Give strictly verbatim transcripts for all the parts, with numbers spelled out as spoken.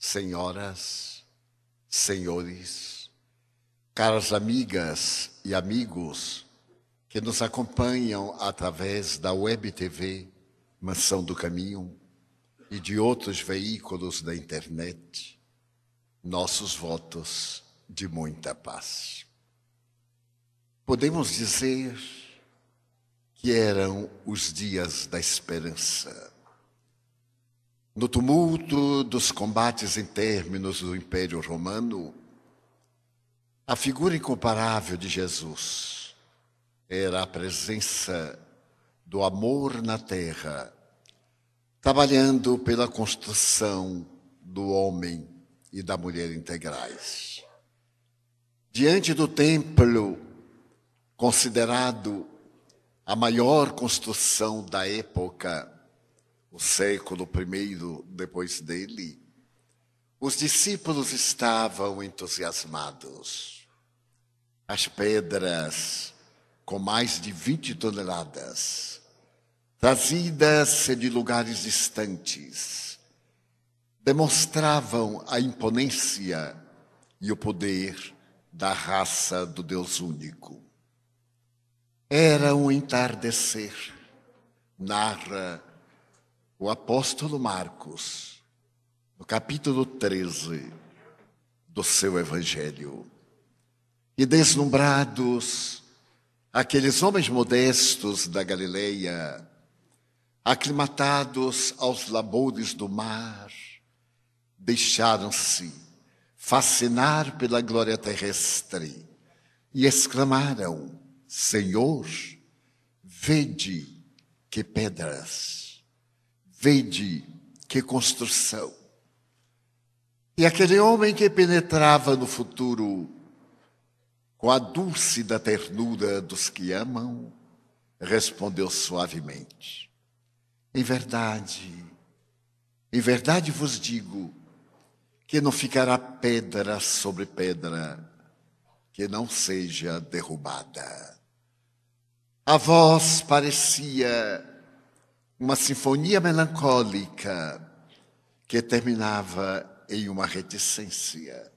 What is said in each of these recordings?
senhoras, senhores, caras amigas e amigos que nos acompanham através da Web T V Mansão do Caminho e de outros veículos da internet, nossos votos de muita paz. Podemos dizer que eram os dias da esperança. No tumulto dos combates internos do Império Romano, a figura incomparável de Jesus era a presença do amor na terra, trabalhando pela construção do homem e da mulher integrais. Diante do templo, considerado a maior construção da época, o século primeiro depois dele, os discípulos estavam entusiasmados. As pedras, com mais de vinte toneladas, trazidas de lugares distantes, demonstravam a imponência e o poder da raça do Deus único. Era um entardecer, narra o apóstolo Marcos, no capítulo treze do seu Evangelho. E deslumbrados, aqueles homens modestos da Galileia, aclimatados aos labores do mar, deixaram-se fascinar pela glória terrestre e exclamaram: Senhor, vede que pedras, vede que construção. E aquele homem que penetrava no futuro com a dúlcida ternura dos que amam, respondeu suavemente: Em verdade, em verdade vos digo que não ficará pedra sobre pedra que não seja derrubada. A voz parecia uma sinfonia melancólica que terminava em uma reticência.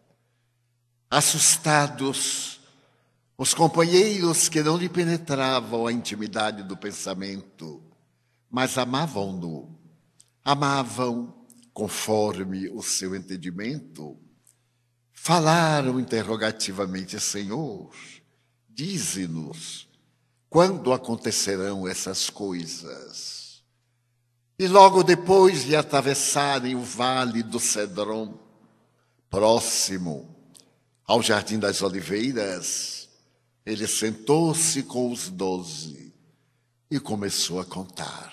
Assustados, os companheiros que não lhe penetravam a intimidade do pensamento, mas amavam-no, amavam conforme o seu entendimento, falaram interrogativamente: Senhor, dize-nos, quando acontecerão essas coisas? E logo depois de atravessarem o vale do Cedron, próximo ao Jardim das Oliveiras, ele sentou-se com os doze e começou a contar.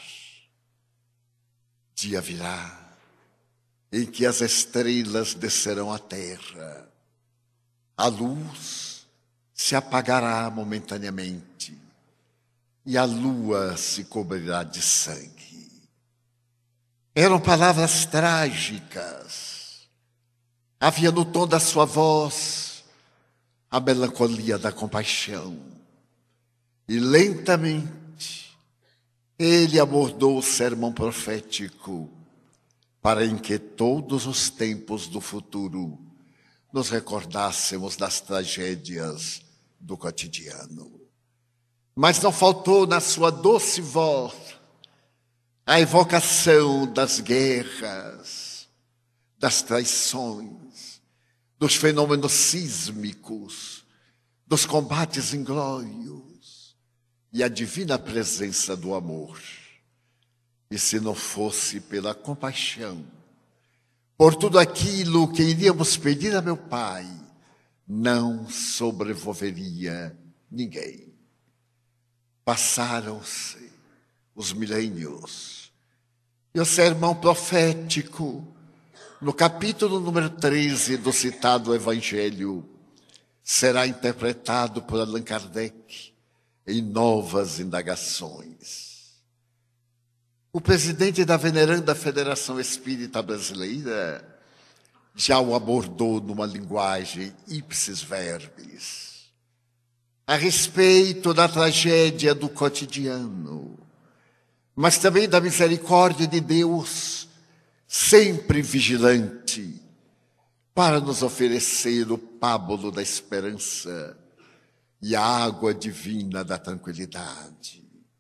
Dia virá em que as estrelas descerão à terra, a luz se apagará momentaneamente e a lua se cobrirá de sangue. Eram palavras trágicas. Havia no tom da sua voz a melancolia da compaixão. E lentamente ele abordou o sermão profético para em que todos os tempos do futuro nos recordássemos das tragédias do cotidiano. Mas não faltou na sua doce voz a evocação das guerras, das traições, dos fenômenos sísmicos, dos combates inglórios e a divina presença do amor. E se não fosse pela compaixão, por tudo aquilo que iríamos pedir a meu Pai, não sobreviveria ninguém. Passaram-se os milênios e o sermão profético, no capítulo número treze do citado Evangelho, será interpretado por Allan Kardec em novas indagações. O presidente da veneranda Federação Espírita Brasileira já o abordou numa linguagem ipsis verbis, a respeito da tragédia do cotidiano, mas também da misericórdia de Deus, sempre vigilante para nos oferecer o pábulo da esperança e a água divina da tranquilidade.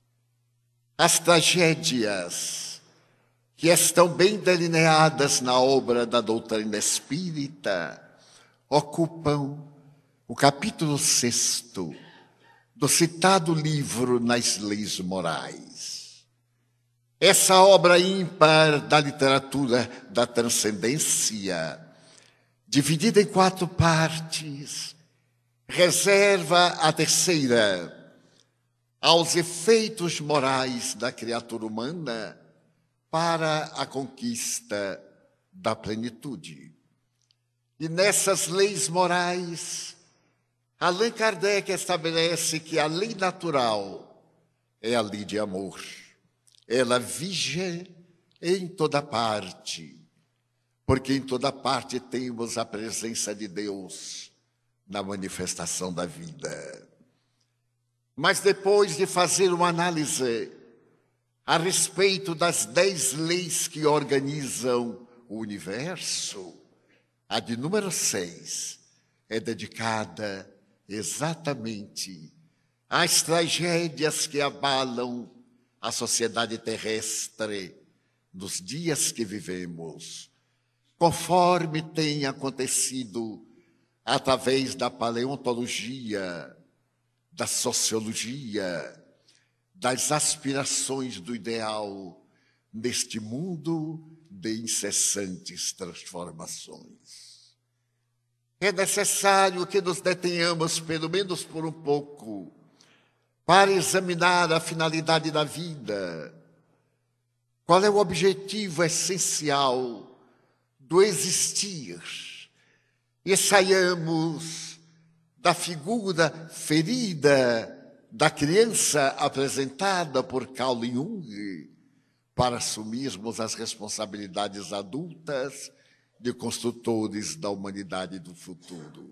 As tragédias que estão bem delineadas na obra da doutrina espírita ocupam o capítulo sexto do citado livro Nas Leis Morais. Essa obra ímpar da literatura da transcendência, dividida em quatro partes, reserva a terceira aos efeitos morais da criatura humana para a conquista da plenitude. E nessas leis morais, Allan Kardec estabelece que a lei natural é a lei de amor. Ela vige em toda parte, porque em toda parte temos a presença de Deus na manifestação da vida. Mas depois de fazer uma análise a respeito das dez leis que organizam o universo, a de número seis é dedicada exatamente às tragédias que abalam a sociedade terrestre nos dias que vivemos, conforme tem acontecido através da paleontologia, da sociologia, das aspirações do ideal neste mundo de incessantes transformações. É necessário que nos detenhamos, pelo menos por um pouco, para examinar a finalidade da vida. Qual é o objetivo essencial do existir? E saiamos da figura ferida da criança apresentada por Carl Jung para assumirmos as responsabilidades adultas de construtores da humanidade do futuro.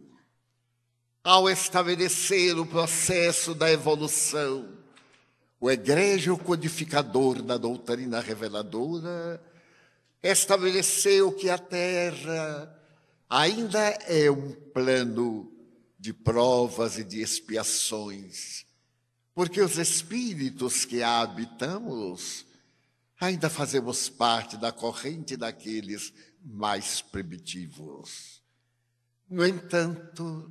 Ao estabelecer o processo da evolução, o egrégio codificador da doutrina reveladora estabeleceu que a Terra ainda é um plano de provas e de expiações, porque os espíritos que a habitamos ainda fazemos parte da corrente daqueles mais primitivos. No entanto,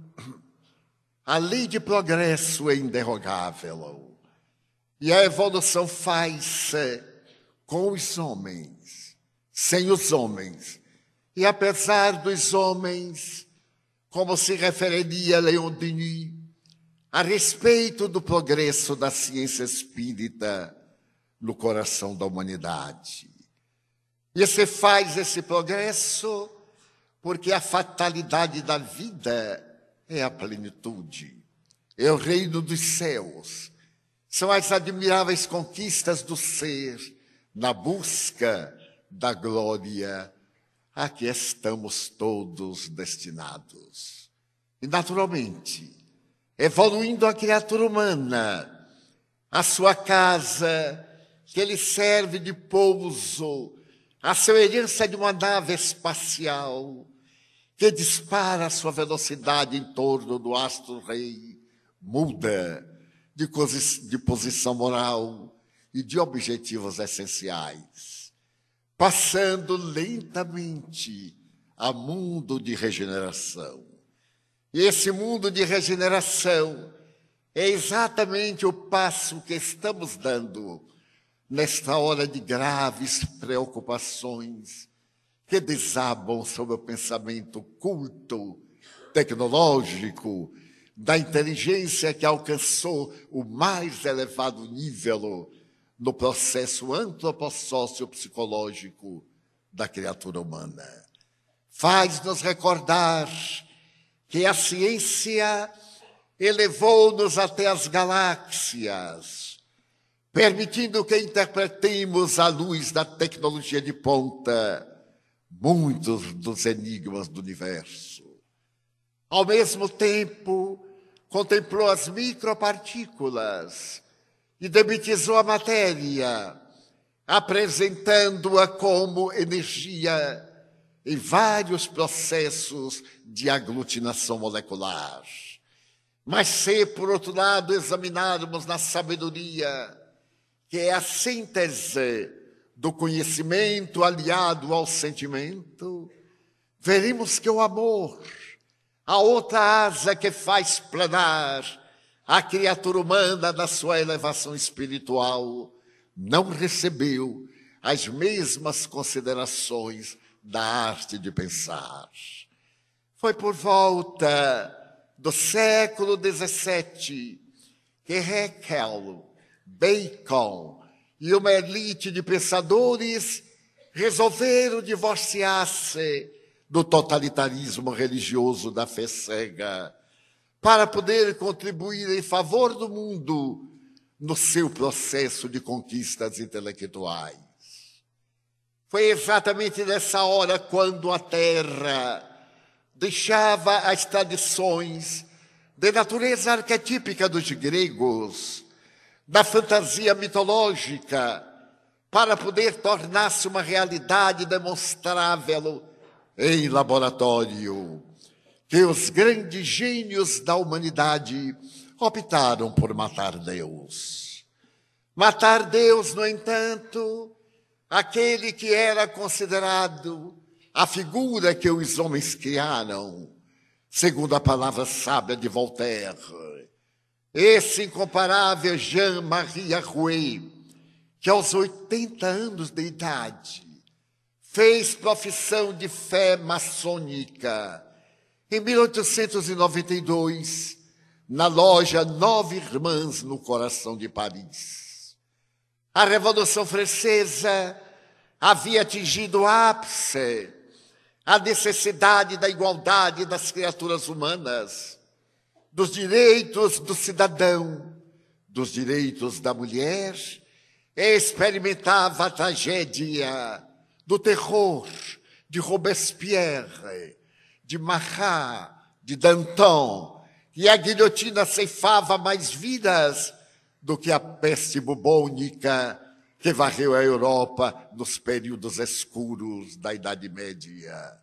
a lei de progresso é inderrogável e a evolução faz-se com os homens, sem os homens. E apesar dos homens, como se referiria Leon Denis, a respeito do progresso da ciência espírita no coração da humanidade. E se faz esse progresso porque a fatalidade da vida é a plenitude, é o reino dos céus, são as admiráveis conquistas do ser na busca da glória a que estamos todos destinados. E, naturalmente, evoluindo a criatura humana, a sua casa, que lhe serve de pouso, a semelhança de uma nave espacial, que dispara a sua velocidade em torno do astro-rei, muda de, de posição moral e de objetivos essenciais, passando lentamente a mundo de regeneração. E esse mundo de regeneração é exatamente o passo que estamos dando nesta hora de graves preocupações que desabam sobre o pensamento culto, tecnológico, da inteligência que alcançou o mais elevado nível no processo antropossócio-psicológico da criatura humana. Faz-nos recordar que a ciência elevou-nos até as galáxias, permitindo que interpretemos à luz da tecnologia de ponta muitos dos enigmas do universo. Ao mesmo tempo, contemplou as micropartículas e demitizou a matéria, apresentando-a como energia em vários processos de aglutinação molecular. Mas se, por outro lado, examinarmos na sabedoria, que é a síntese do conhecimento aliado ao sentimento, veremos que o amor, a outra asa que faz planar a criatura humana na sua elevação espiritual, não recebeu as mesmas considerações da arte de pensar. Foi por volta do século dezessete que Haeckel, Bacon e uma elite de pensadores resolveram divorciar-se do totalitarismo religioso da fé cega para poder contribuir em favor do mundo no seu processo de conquistas intelectuais. Foi exatamente nessa hora quando a Terra deixava as tradições de natureza arquetípica dos gregos, da fantasia mitológica, para poder tornar-se uma realidade demonstrável em laboratório, que os grandes gênios da humanidade optaram por matar Deus. Matar Deus, no entanto, aquele que era considerado a figura que os homens criaram, segundo a palavra sábia de Voltaire, esse incomparável Jean-Marie Arouet, que aos oitenta anos de idade fez profissão de fé maçônica em mil oitocentos e noventa e dois, na loja Nove Irmãs, no coração de Paris. A Revolução Francesa havia atingido o ápice, a necessidade da igualdade das criaturas humanas, dos direitos do cidadão, dos direitos da mulher, e experimentava a tragédia do terror de Robespierre, de Marat, de Danton, e a guilhotina ceifava mais vidas do que a peste bubônica que varreu a Europa nos períodos escuros da Idade Média.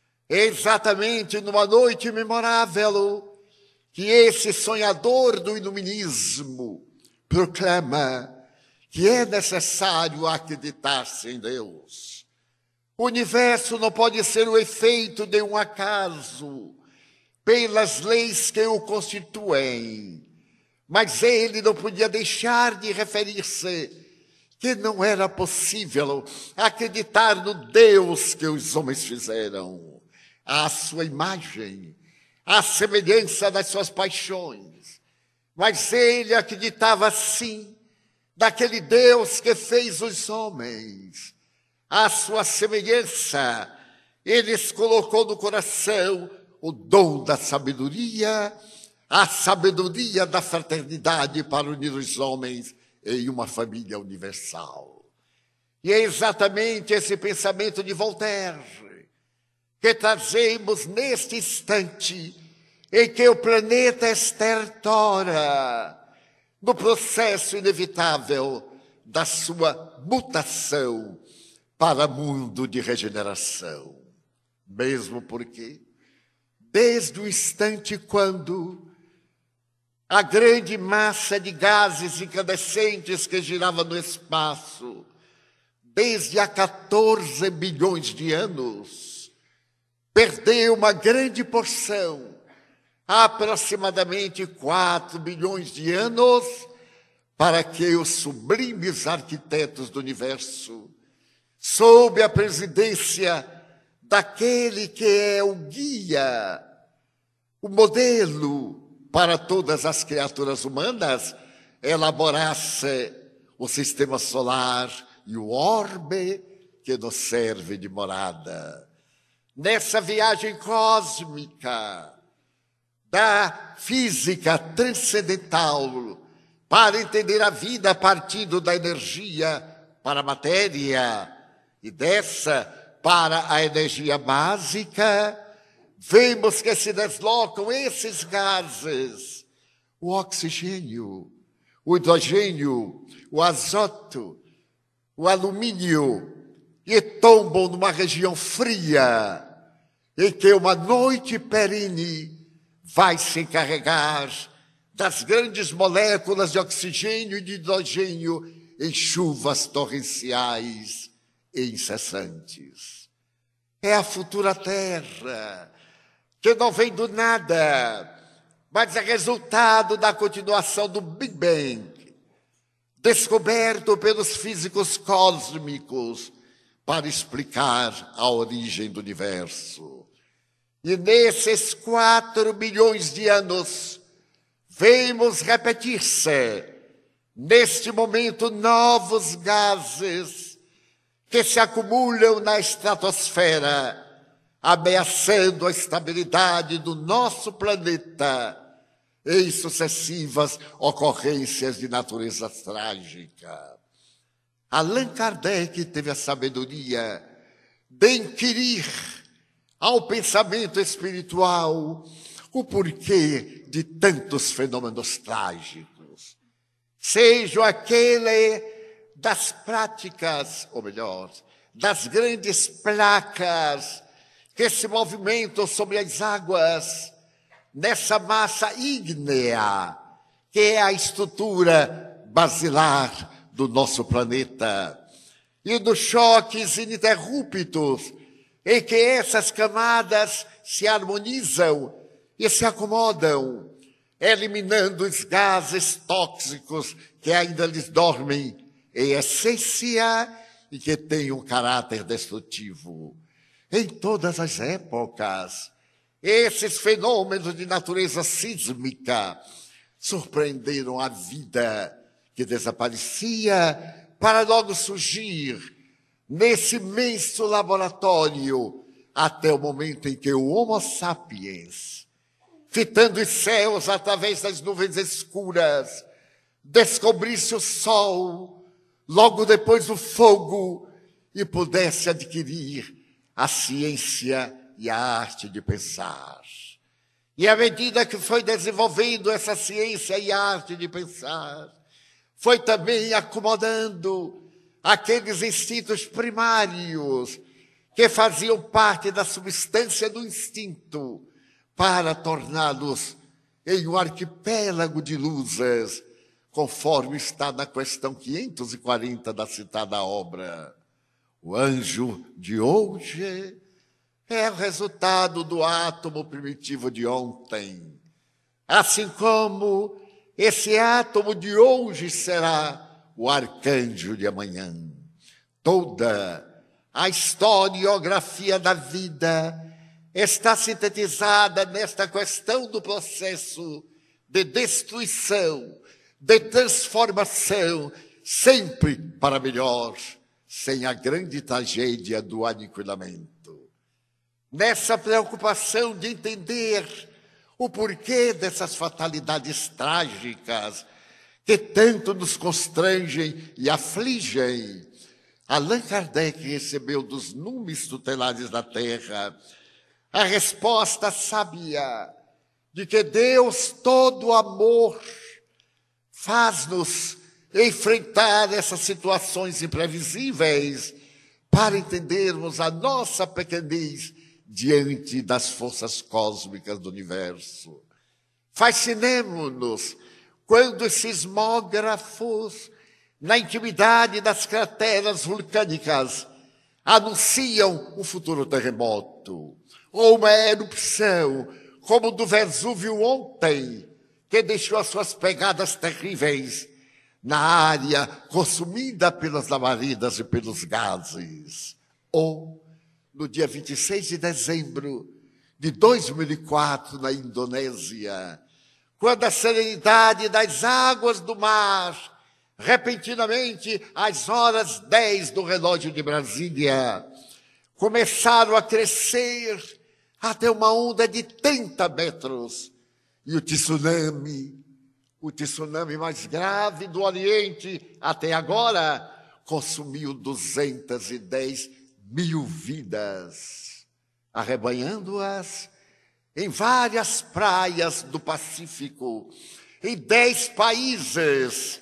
Exatamente numa noite memorável que esse sonhador do iluminismo proclama que é necessário acreditar-se em Deus. O universo não pode ser o efeito de um acaso, pelas leis que o constituem, mas ele não podia deixar de referir-se que não era possível acreditar no Deus que os homens fizeram, à sua imagem, à semelhança das suas paixões. Mas ele acreditava sim daquele Deus que fez os homens, à sua semelhança. Ele lhes colocou no coração o dom da sabedoria, a sabedoria da fraternidade para unir os homens em uma família universal. E é exatamente esse pensamento de Voltaire que trazemos neste instante em que o planeta estertora no processo inevitável da sua mutação para mundo de regeneração. Mesmo porque, desde o instante quando a grande massa de gases incandescentes que girava no espaço, desde há quatorze bilhões de anos, perdeu uma grande porção, aproximadamente quatro bilhões de anos, para que os sublimes arquitetos do universo, sob a presidência daquele que é o guia, o modelo para todas as criaturas humanas, elaborasse o sistema solar e o orbe que nos serve de morada. Nessa viagem cósmica da física transcendental, para entender a vida partindo da energia para a matéria e dessa para a energia básica, vemos que se deslocam esses gases, o oxigênio, o hidrogênio, o azoto, o alumínio e tombam numa região fria, em que uma noite perene vai se encarregar das grandes moléculas de oxigênio e de hidrogênio em chuvas torrenciais e incessantes. É a futura Terra, que não vem do nada, mas é resultado da continuação do Big Bang, descoberto pelos físicos cósmicos para explicar a origem do universo. E nesses quatro bilhões de anos, vemos repetir-se, neste momento, novos gases que se acumulam na estratosfera, ameaçando a estabilidade do nosso planeta em sucessivas ocorrências de natureza trágica. Allan Kardec teve a sabedoria de inquirir ao pensamento espiritual o porquê de tantos fenômenos trágicos, seja aquele das práticas, ou melhor, das grandes placas que se movimentam sobre as águas, nessa massa ígnea, que é a estrutura basilar do nosso planeta, e dos choques ininterruptos em que essas camadas se harmonizam e se acomodam, eliminando os gases tóxicos que ainda lhes dormem em essência e que têm um caráter destrutivo. Em todas as épocas, esses fenômenos de natureza sísmica surpreenderam a vida que desaparecia para logo surgir nesse imenso laboratório até o momento em que o Homo sapiens, fitando os céus através das nuvens escuras, descobrisse o sol, logo depois o fogo, e pudesse adquirir a ciência e a arte de pensar. E à medida que foi desenvolvendo essa ciência e a arte de pensar, foi também acomodando aqueles instintos primários que faziam parte da substância do instinto para torná-los em um arquipélago de luzes, conforme está na questão quinhentos e quarenta da citada obra. O anjo de hoje é o resultado do átomo primitivo de ontem, assim como esse átomo de hoje será o arcanjo de amanhã. Toda a historiografia da vida está sintetizada nesta questão do processo de destruição, de transformação, sempre para melhor, sem a grande tragédia do aniquilamento. Nessa preocupação de entender o porquê dessas fatalidades trágicas que tanto nos constrangem e afligem, Allan Kardec recebeu dos numes tutelares da Terra a resposta sábia de que Deus, todo amor, faz-nos enfrentar essas situações imprevisíveis para entendermos a nossa pequenez diante das forças cósmicas do universo. Fascinemo-nos quando os sismógrafos, na intimidade das crateras vulcânicas, anunciam um futuro terremoto, ou uma erupção, como o do Vesúvio ontem, que deixou as suas pegadas terríveis na área consumida pelas labaredas e pelos gases. Ou, no dia vinte e seis de dezembro de dois mil e quatro, na Indonésia, quando a serenidade das águas do mar, repentinamente, às horas dez do relógio de Brasília, começaram a crescer até uma onda de trinta metros, e o tsunami, o tsunami mais grave do Oriente até agora, consumiu duzentas e dez mil vidas, arrebanhando-as em várias praias do Pacífico, em dez países,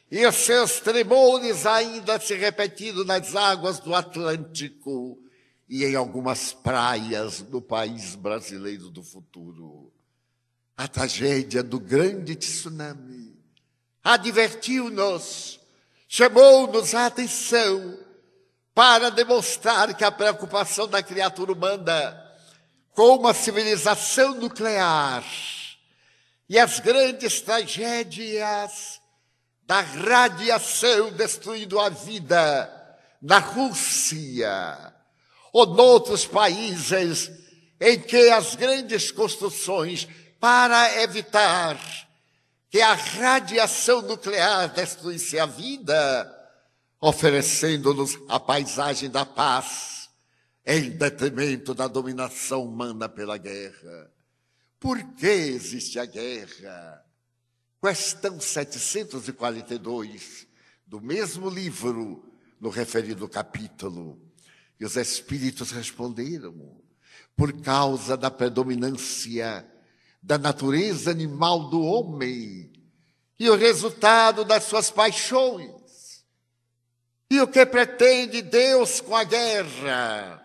e os seus tremores ainda se repetindo nas águas do Atlântico e em algumas praias do país brasileiro do futuro. A tragédia do grande tsunami advertiu-nos, chamou-nos a atenção para demonstrar que a preocupação da criatura humana com uma civilização nuclear e as grandes tragédias da radiação destruindo a vida na Rússia ou noutros países em que as grandes construções para evitar que a radiação nuclear destruísse a vida, oferecendo-nos a paisagem da paz em detrimento da dominação humana pela guerra. Por que existe a guerra? Questão setecentos e quarenta e dois, do mesmo livro, no referido capítulo. E os espíritos responderam: por causa da predominância da natureza animal do homem e o resultado das suas paixões. E o que pretende Deus com a guerra?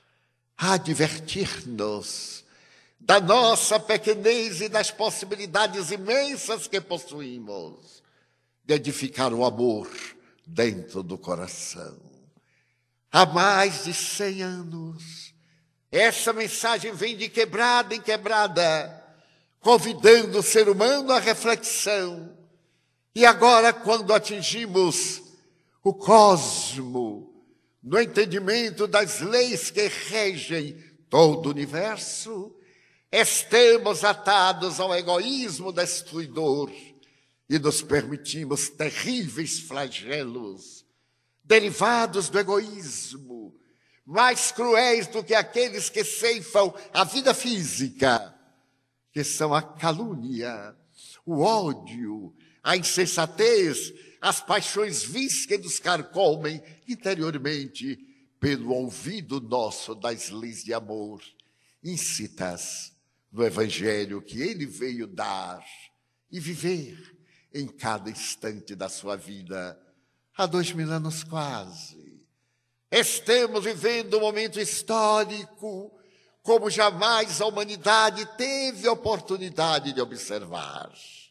Advertir-nos da nossa pequenez e das possibilidades imensas que possuímos de edificar o amor dentro do coração. Há mais de cem anos, essa mensagem vem de quebrada em quebrada, convidando o ser humano à reflexão. E agora, quando atingimos o cosmo, no entendimento das leis que regem todo o universo, estamos atados ao egoísmo destruidor e nos permitimos terríveis flagelos derivados do egoísmo, mais cruéis do que aqueles que ceifam a vida física, que são a calúnia, o ódio, a insensatez, as paixões vis que nos carcomem interiormente pelo ouvido nosso das leis de amor, íncitas no Evangelho que ele veio dar e viver em cada instante da sua vida. Há dois mil anos quase. Estamos vivendo um momento histórico como jamais a humanidade teve oportunidade de observar.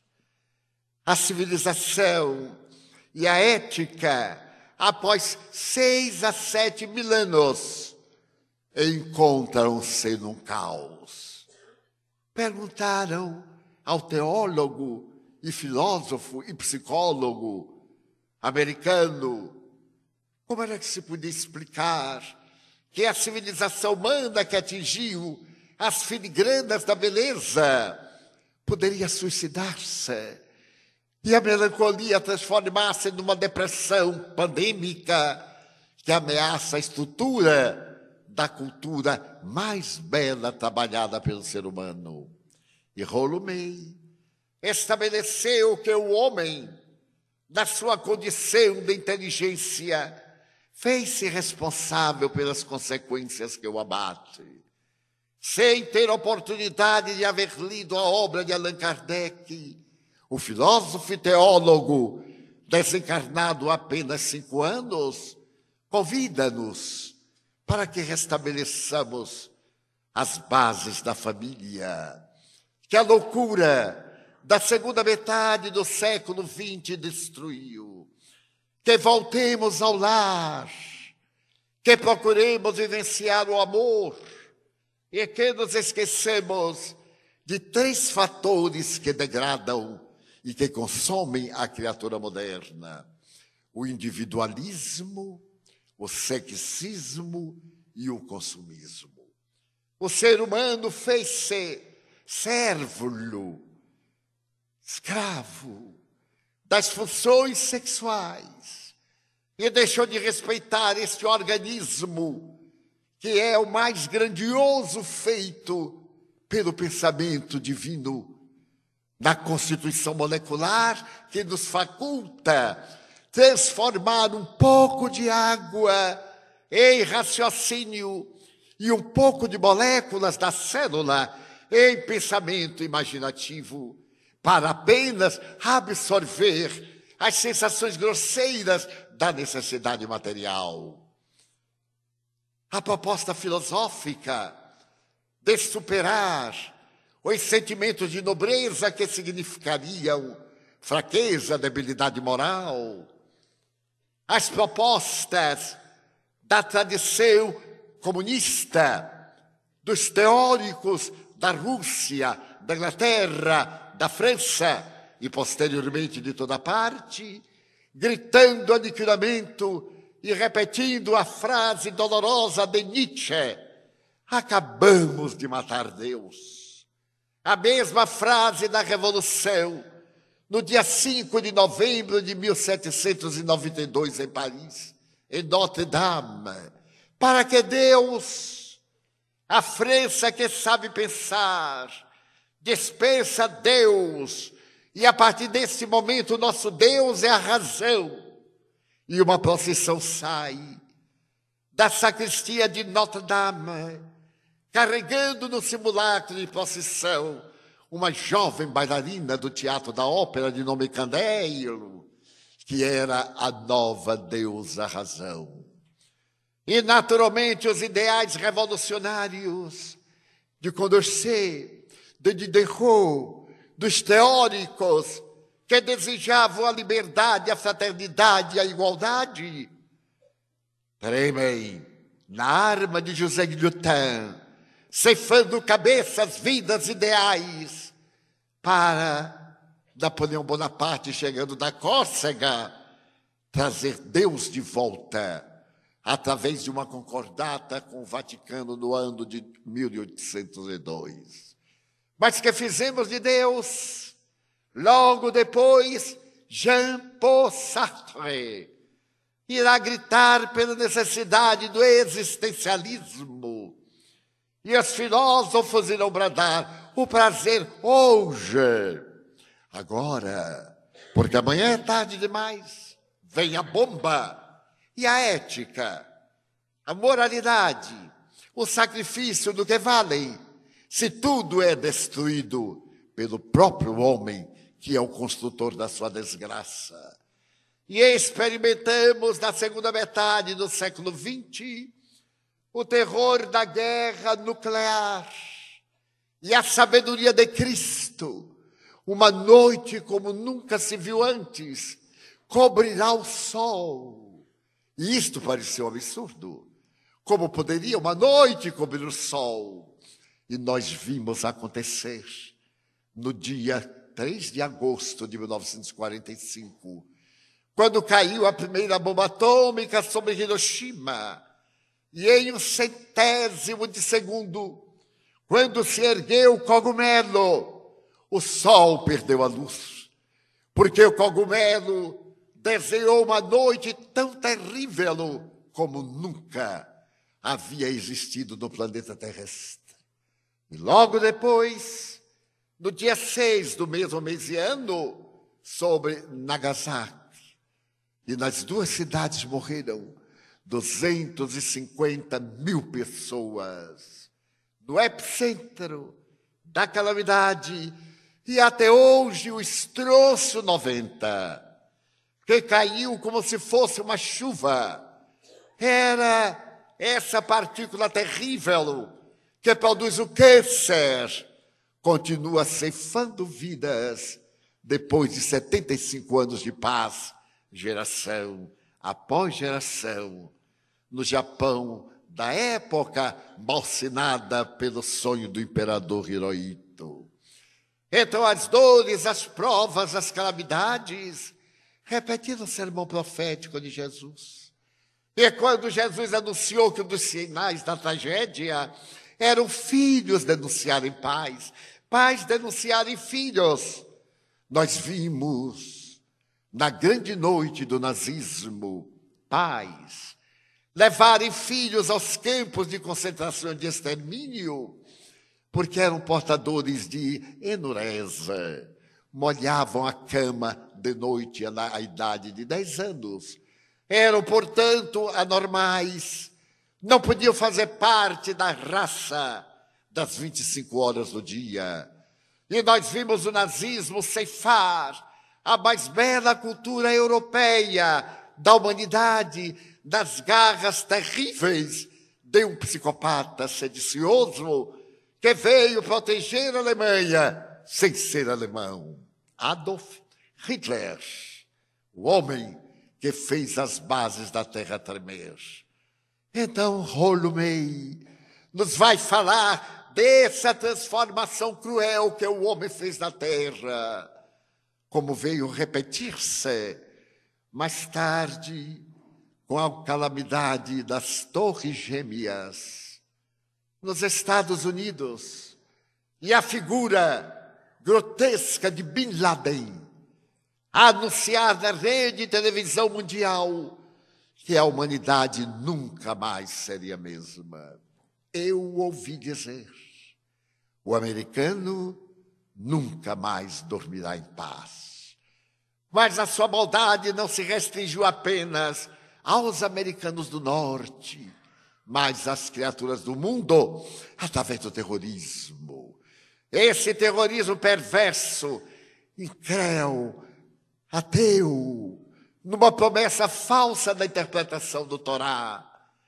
A civilização e a ética, após seis a sete mil anos, encontram-se num caos. Perguntaram ao teólogo e filósofo e psicólogo americano como era que se podia explicar que a civilização humana que atingiu as filigranas da beleza poderia suicidar-se e a melancolia transformar-se numa depressão pandêmica que ameaça a estrutura da cultura mais bela trabalhada pelo ser humano. E Rollo May estabeleceu que o homem, na sua condição de inteligência, fez-se responsável pelas consequências que o abate. Sem ter oportunidade de haver lido a obra de Allan Kardec, o filósofo e teólogo, desencarnado há apenas cinco anos, convida-nos para que restabeleçamos as bases da família, que a loucura da segunda metade do século vinte destruiu. Que voltemos ao lar, que procuremos vivenciar o amor e que nos esquecemos de três fatores que degradam e que consomem a criatura moderna: o individualismo, o sexismo e o consumismo. O ser humano fez-se servo, escravo das funções sexuais e deixou de respeitar este organismo que é o mais grandioso feito pelo pensamento divino na constituição molecular que nos faculta transformar um pouco de água em raciocínio e um pouco de moléculas da célula em pensamento imaginativo, para apenas absorver as sensações grosseiras da necessidade material. A proposta filosófica de superar os sentimentos de nobreza que significariam fraqueza, debilidade moral. As propostas da tradição comunista, dos teóricos da Rússia, da Inglaterra, da França e posteriormente de toda parte, gritando aniquilamento e repetindo a frase dolorosa de Nietzsche: acabamos de matar Deus. A mesma frase da Revolução, no dia cinco de novembro de mil setecentos e noventa e dois, em Paris, em Notre-Dame, para que Deus, a França que sabe pensar, dispensa Deus, e a partir desse momento nosso Deus é a razão. E uma procissão sai da sacristia de Notre-Dame, carregando no simulacro de procissão uma jovem bailarina do Teatro da Ópera de nome Candeiro, que era a nova deusa razão. E, naturalmente, os ideais revolucionários de Condorcet, de Diderot, dos teóricos que desejavam a liberdade, a fraternidade e a igualdade, tremem na arma de José Guillotin, ceifando cabeças, vidas, ideais, para Napoleão Bonaparte, chegando da Córcega, trazer Deus de volta, através de uma concordata com o Vaticano no ano de mil oitocentos e dois. Mas que fizemos de Deus? Logo depois, Jean-Paul Sartre irá gritar pela necessidade do existencialismo. E os filósofos irão bradar o prazer hoje, agora, porque amanhã é tarde demais. Vem a bomba. E a ética, a moralidade, o sacrifício do que valem, se tudo é destruído pelo próprio homem, que é o construtor da sua desgraça. E experimentamos na segunda metade do século vinte o terror da guerra nuclear e a sabedoria de Cristo. Uma noite como nunca se viu antes, cobrirá o sol. E isto pareceu absurdo. Como poderia uma noite cobrir o sol? E nós vimos acontecer no dia três de agosto de mil novecentos e quarenta e cinco, quando caiu a primeira bomba atômica sobre Hiroshima, e em um centésimo de segundo, quando se ergueu o cogumelo, o sol perdeu a luz, porque o cogumelo desenhou uma noite tão terrível como nunca havia existido no planeta terrestre. E logo depois, no dia seis do mesmo mês e ano, sobre Nagasaki, e nas duas cidades morreram duzentas e cinquenta mil pessoas, no epicentro da calamidade, e até hoje o estroço noventa, que caiu como se fosse uma chuva, era essa partícula terrível que produz o câncer, continua ceifando vidas depois de setenta e cinco anos de paz, geração após geração, no Japão da época malsinada pelo sonho do imperador Hirohito. Então as dores, as provas, as calamidades, repetindo o sermão profético de Jesus. E quando Jesus anunciou que um dos sinais da tragédia eram filhos denunciarem pais, pais denunciarem filhos, nós vimos na grande noite do nazismo, pais levarem filhos aos campos de concentração e de extermínio, porque eram portadores de enureza, molhavam a cama de noite na idade de dez anos. Eram, portanto, anormais, não podiam fazer parte da raça das vinte e cinco horas do dia. E nós vimos o nazismo ceifar a mais bela cultura europeia da humanidade, nas garras terríveis de um psicopata sedicioso que veio proteger a Alemanha sem ser alemão. Adolf Hitler, o homem que fez as bases da terra tremer. Então, Holmei nos vai falar dessa transformação cruel que o homem fez na terra, como veio repetir-se mais tarde com a calamidade das Torres Gêmeas nos Estados Unidos e a figura grotesca de Bin Laden a anunciar na rede de televisão mundial que a humanidade nunca mais seria a mesma. Eu ouvi dizer, o americano nunca mais dormirá em paz. Mas a sua maldade não se restringiu apenas aos americanos do norte, mas às criaturas do mundo, através do terrorismo. Esse terrorismo perverso, incréu, ateu, numa promessa falsa da interpretação do Torá.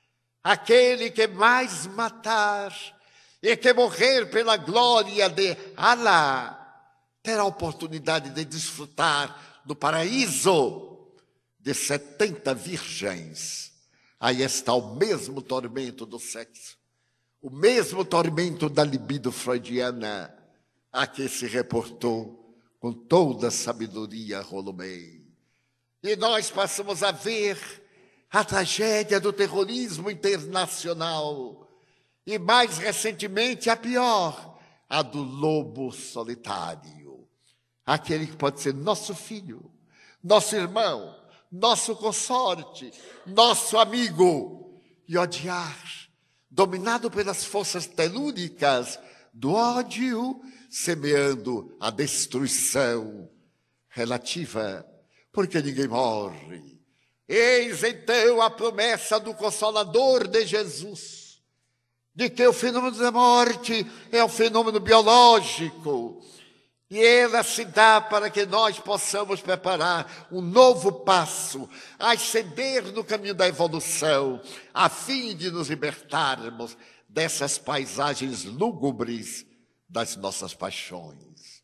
Aquele que mais matar e que morrer pela glória de Allah terá a oportunidade de desfrutar do paraíso de setenta virgens. Aí está o mesmo tormento do sexo, o mesmo tormento da libido freudiana, a que se reportou com toda a sabedoria Holmei. E nós passamos a ver a tragédia do terrorismo internacional e, mais recentemente, a pior, a do lobo solitário. Aquele que pode ser nosso filho, nosso irmão, nosso consorte, nosso amigo, e odiar, dominado pelas forças telúricas do ódio, semeando a destruição relativa, porque ninguém morre. Eis então a promessa do Consolador de Jesus, de que o fenômeno da morte é um fenômeno biológico, e ela se dá para que nós possamos preparar um novo passo, ascender no caminho da evolução, a fim de nos libertarmos dessas paisagens lúgubres das nossas paixões.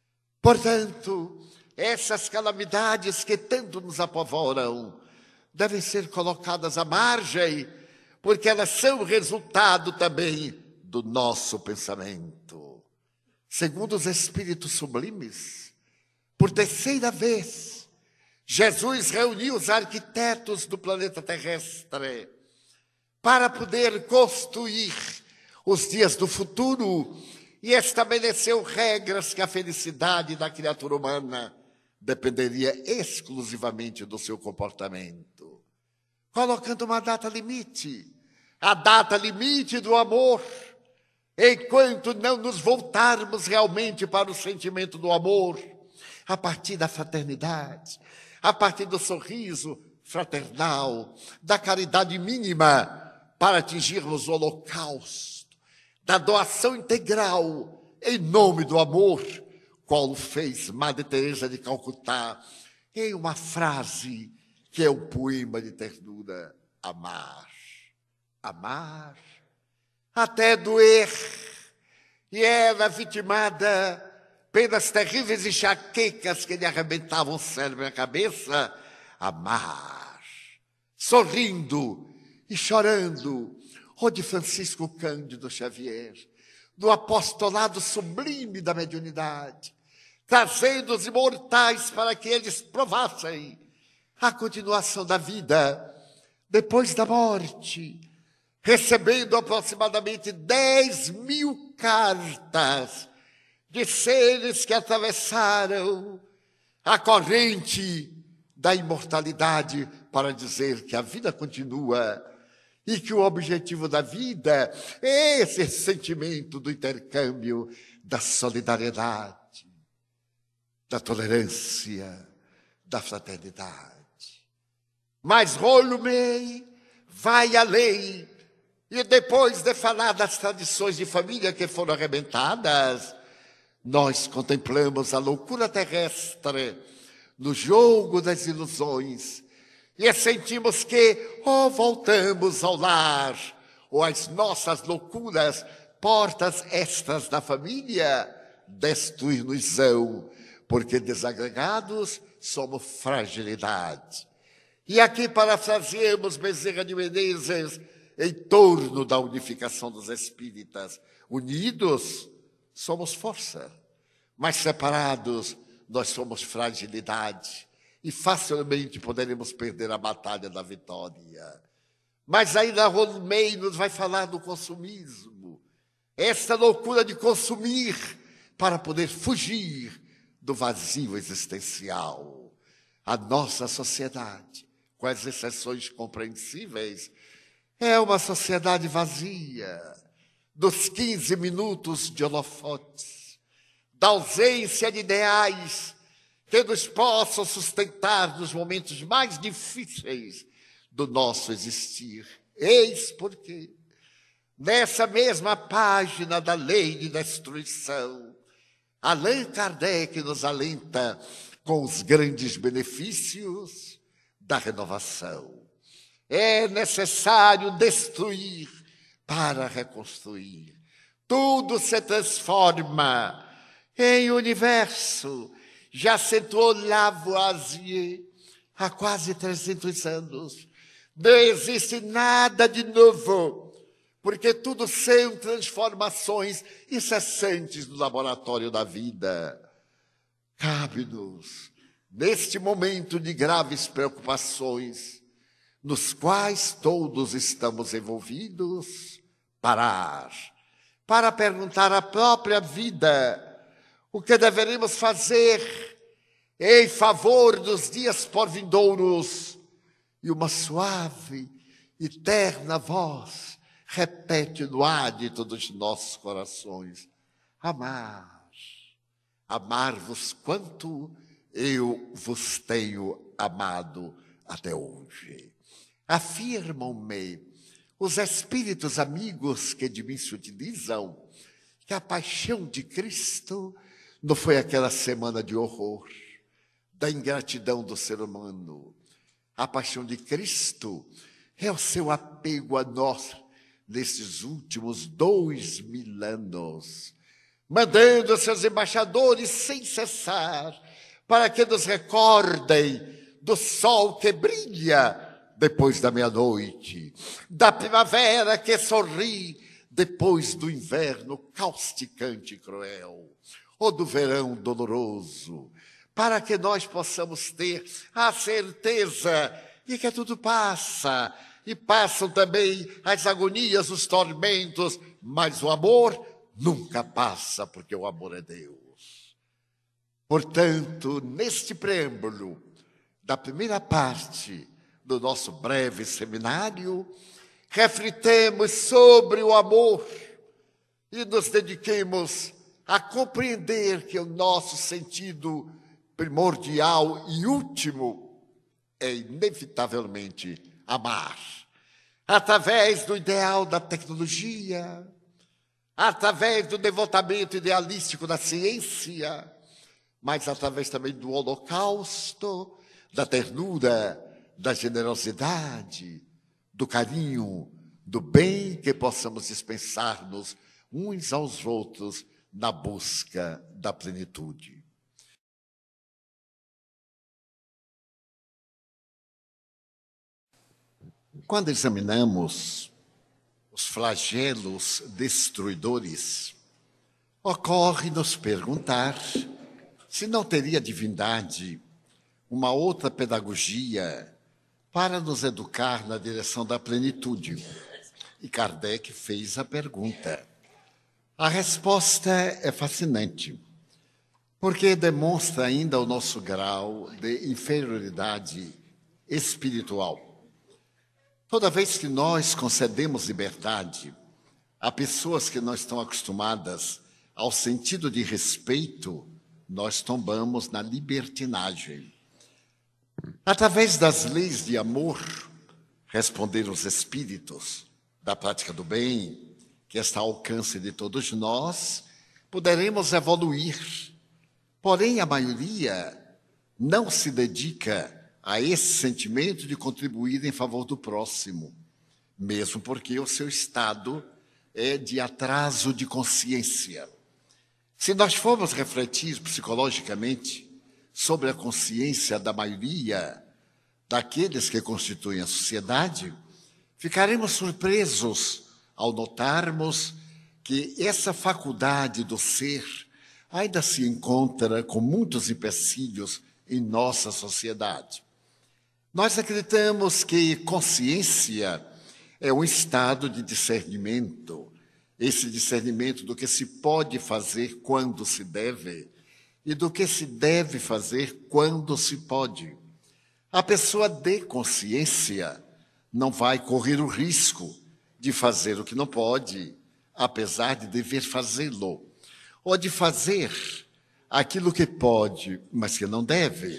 Portanto, essas calamidades que tanto nos apavoram devem ser colocadas à margem, porque elas são resultado também do nosso pensamento. Segundo os Espíritos Sublimes, por terceira vez, Jesus reuniu os arquitetos do planeta terrestre para poder construir os dias do futuro e estabeleceu regras que a felicidade da criatura humana dependeria exclusivamente do seu comportamento, colocando uma data limite, a data limite do amor. Enquanto não nos voltarmos realmente para o sentimento do amor, a partir da fraternidade, a partir do sorriso fraternal, da caridade mínima, para atingirmos o holocausto, da doação integral, em nome do amor, qual fez Madre Teresa de Calcutá, em uma frase que é um poema de ternura: amar, amar, até doer, e era vitimada pelas terríveis enxaquecas que lhe arrebentavam o cérebro e a cabeça. Amar, sorrindo e chorando, o de Francisco Cândido Xavier, do apostolado sublime da mediunidade, trazendo os imortais para que eles provassem a continuação da vida depois da morte, recebendo aproximadamente dez mil cartas de seres que atravessaram a corrente da imortalidade para dizer que a vida continua e que o objetivo da vida é esse sentimento do intercâmbio, da solidariedade, da tolerância, da fraternidade. Mas Holmei vai além. E depois de falar das tradições de família que foram arrebentadas, nós contemplamos a loucura terrestre no jogo das ilusões, e sentimos que ou voltamos ao lar, ou as nossas loucuras, portas estas da família, destruir-nos-ão, porque desagregados somos fragilidade. E aqui parafraseamos Bezerra de Menezes em torno da unificação dos espíritas. Unidos, somos força, mas separados, nós somos fragilidade. E facilmente poderemos perder a batalha da vitória. Mas ainda Rolmei nos vai falar do consumismo. Esta loucura de consumir para poder fugir do vazio existencial. A nossa sociedade, com as exceções compreensíveis, é uma sociedade vazia, dos quinze minutos de holofotes, da ausência de ideais que nos possam sustentar nos momentos mais difíceis do nosso existir. Eis porque, nessa mesma página da lei de destruição, Allan Kardec nos alenta com os grandes benefícios da renovação. É necessário destruir para reconstruir. Tudo se transforma em universo. Já acentuou Lavoisier há quase trezentos anos. Não existe nada de novo, porque tudo são transformações incessantes no laboratório da vida. Cabe-nos, neste momento de graves preocupações, nos quais todos estamos envolvidos, parar, para perguntar à própria vida o que deveremos fazer em favor dos dias por vindouros. E uma suave e terna voz repete no hálito dos nossos corações: amar, amar-vos quanto eu vos tenho amado até hoje. Afirmam-me os espíritos amigos que de mim se utilizam que a paixão de Cristo não foi aquela semana de horror, da ingratidão do ser humano. A paixão de Cristo é o seu apego a nós nesses últimos dois mil anos, mandando seus embaixadores sem cessar para que nos recordem do sol que brilha depois da meia-noite, da primavera que sorri depois do inverno causticante e cruel, ou do verão doloroso, para que nós possamos ter a certeza de que tudo passa, e passam também as agonias, os tormentos, mas o amor nunca passa, porque o amor é Deus. Portanto, neste preâmbulo da primeira parte do nosso breve seminário, refletemos sobre o amor e nos dediquemos a compreender que o nosso sentido primordial e último é inevitavelmente amar. Através do ideal da tecnologia, através do devotamento idealístico da ciência, mas através também do holocausto, da ternura, da generosidade, do carinho, do bem que possamos dispensar-nos uns aos outros na busca da plenitude. Quando examinamos os flagelos destruidores, ocorre nos perguntar se não teria a divindade uma outra pedagogia para nos educar na direção da plenitude. E Kardec fez a pergunta. A resposta é fascinante, porque demonstra ainda o nosso grau de inferioridade espiritual. Toda vez que nós concedemos liberdade a pessoas que não estão acostumadas ao sentido de respeito, nós tombamos na libertinagem. Através das leis de amor, responderam os espíritos, da prática do bem, que está ao alcance de todos nós, poderemos evoluir. Porém, a maioria não se dedica a esse sentimento de contribuir em favor do próximo, mesmo porque o seu estado é de atraso de consciência. Se nós formos refletir psicologicamente sobre a consciência da maioria daqueles que constituem a sociedade, ficaremos surpresos ao notarmos que essa faculdade do ser ainda se encontra com muitos empecilhos em nossa sociedade. Nós acreditamos que consciência é um estado de discernimento, esse discernimento do que se pode fazer quando se deve e do que se deve fazer quando se pode. A pessoa de consciência não vai correr o risco de fazer o que não pode, apesar de dever fazê-lo, ou de fazer aquilo que pode, mas que não deve.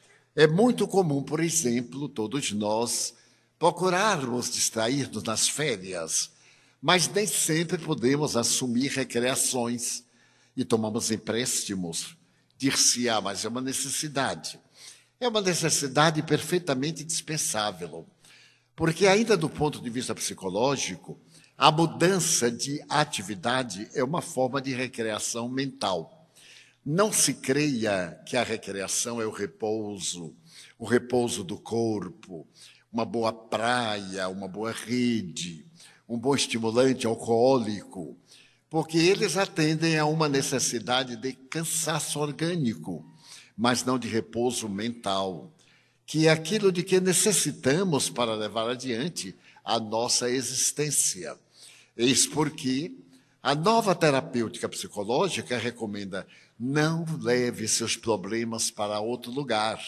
É muito comum, por exemplo, todos nós procurarmos distrair-nos nas férias, mas nem sempre podemos assumir recreações e tomamos empréstimos. Dir-se-á, mas é uma necessidade. É uma necessidade perfeitamente dispensável, porque ainda do ponto de vista psicológico, a mudança de atividade é uma forma de recreação mental. Não se creia que a recreação é o repouso, o repouso do corpo, uma boa praia, uma boa rede, um bom estimulante alcoólico, porque eles atendem a uma necessidade de cansaço orgânico, mas não de repouso mental, que é aquilo de que necessitamos para levar adiante a nossa existência. Eis porque a nova terapêutica psicológica recomenda: não leve seus problemas para outro lugar,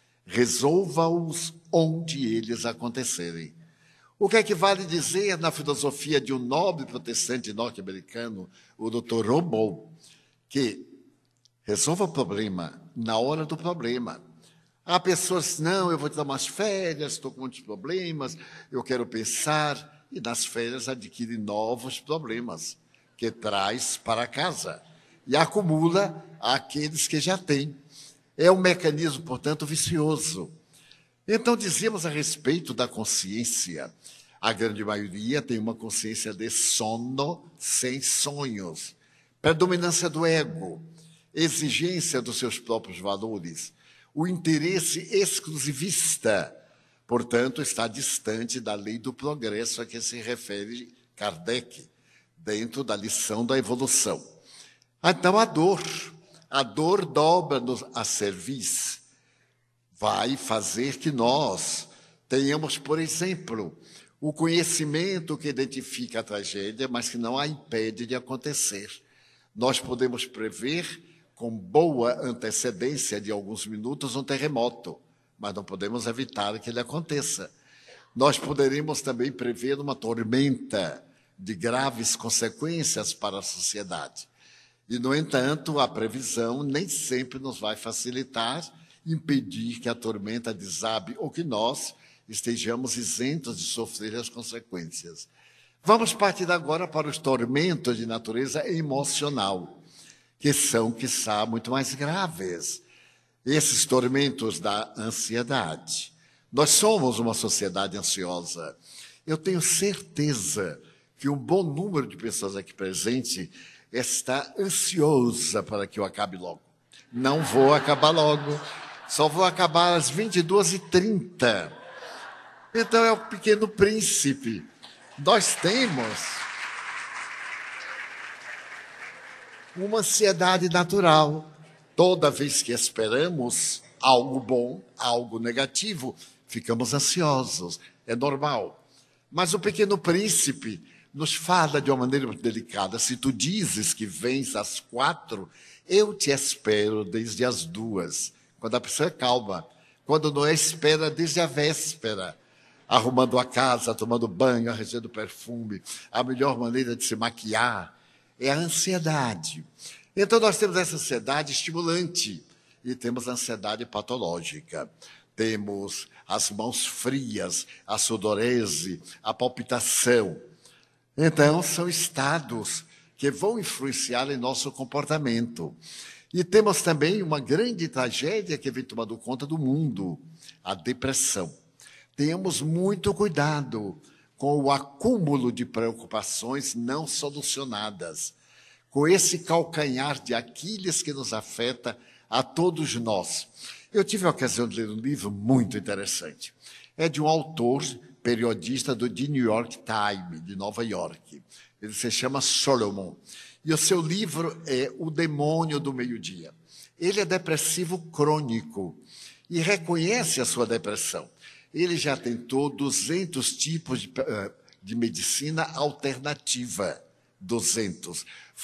resolva-os onde eles acontecerem. O que é que vale dizer na filosofia de um nobre protestante norte-americano, o doutor Romo, que resolva o problema na hora do problema. Há pessoas que não, eu vou tirar umas férias, estou com muitos problemas, eu quero pensar, e nas férias adquire novos problemas que traz para casa e acumula aqueles que já têm. É um mecanismo, portanto, vicioso. Então, dizíamos a respeito da consciência. A grande maioria tem uma consciência de sono sem sonhos, predominância do ego, exigência dos seus próprios valores, o interesse exclusivista, portanto, está distante da lei do progresso a que se refere Kardec, dentro da lição da evolução. Então, a dor, a dor dobra-nos a cerviz, vai fazer que nós tenhamos, por exemplo, o conhecimento que identifica a tragédia, mas que não a impede de acontecer. Nós podemos prever, com boa antecedência de alguns minutos, um terremoto, mas não podemos evitar que ele aconteça. Nós poderíamos também prever uma tormenta de graves consequências para a sociedade. E, no entanto, a previsão nem sempre nos vai facilitar impedir que a tormenta desabe ou que nós estejamos isentos de sofrer as consequências. Vamos partir agora para os tormentos de natureza emocional, que são, quiçá, muito mais graves. Esses tormentos da ansiedade. Nós somos uma sociedade ansiosa. Eu tenho certeza que um bom número de pessoas aqui presente está ansiosa para que eu acabe logo. Não vou acabar logo. Só vou acabar às vinte e duas e trinta. Então, é o Pequeno Príncipe. Nós temos uma ansiedade natural. Toda vez que esperamos algo bom, algo negativo, ficamos ansiosos. É normal. Mas o Pequeno Príncipe nos fala de uma maneira muito delicada. Se tu dizes que vens às quatro, eu te espero desde as duas. Quando a pessoa é calma, quando não é, espera desde a véspera, arrumando a casa, tomando banho, arranjando perfume. A melhor maneira de se maquiar é a ansiedade. Então, nós temos essa ansiedade estimulante e temos a ansiedade patológica. Temos as mãos frias, a sudorese, a palpitação. Então, são estados que vão influenciar em nosso comportamento. E temos também uma grande tragédia que vem tomando conta do mundo, a depressão. Tenhamos muito cuidado com o acúmulo de preocupações não solucionadas, com esse calcanhar de Aquiles que nos afeta a todos nós. Eu tive a ocasião de ler um livro muito interessante. É de um autor, periodista do The New York Times, de Nova York. Ele se chama Solomon. E o seu livro é O Demônio do Meio-Dia. Ele é depressivo crônico e reconhece a sua depressão. Ele já tentou duzentos tipos de, de medicina alternativa. duzentos.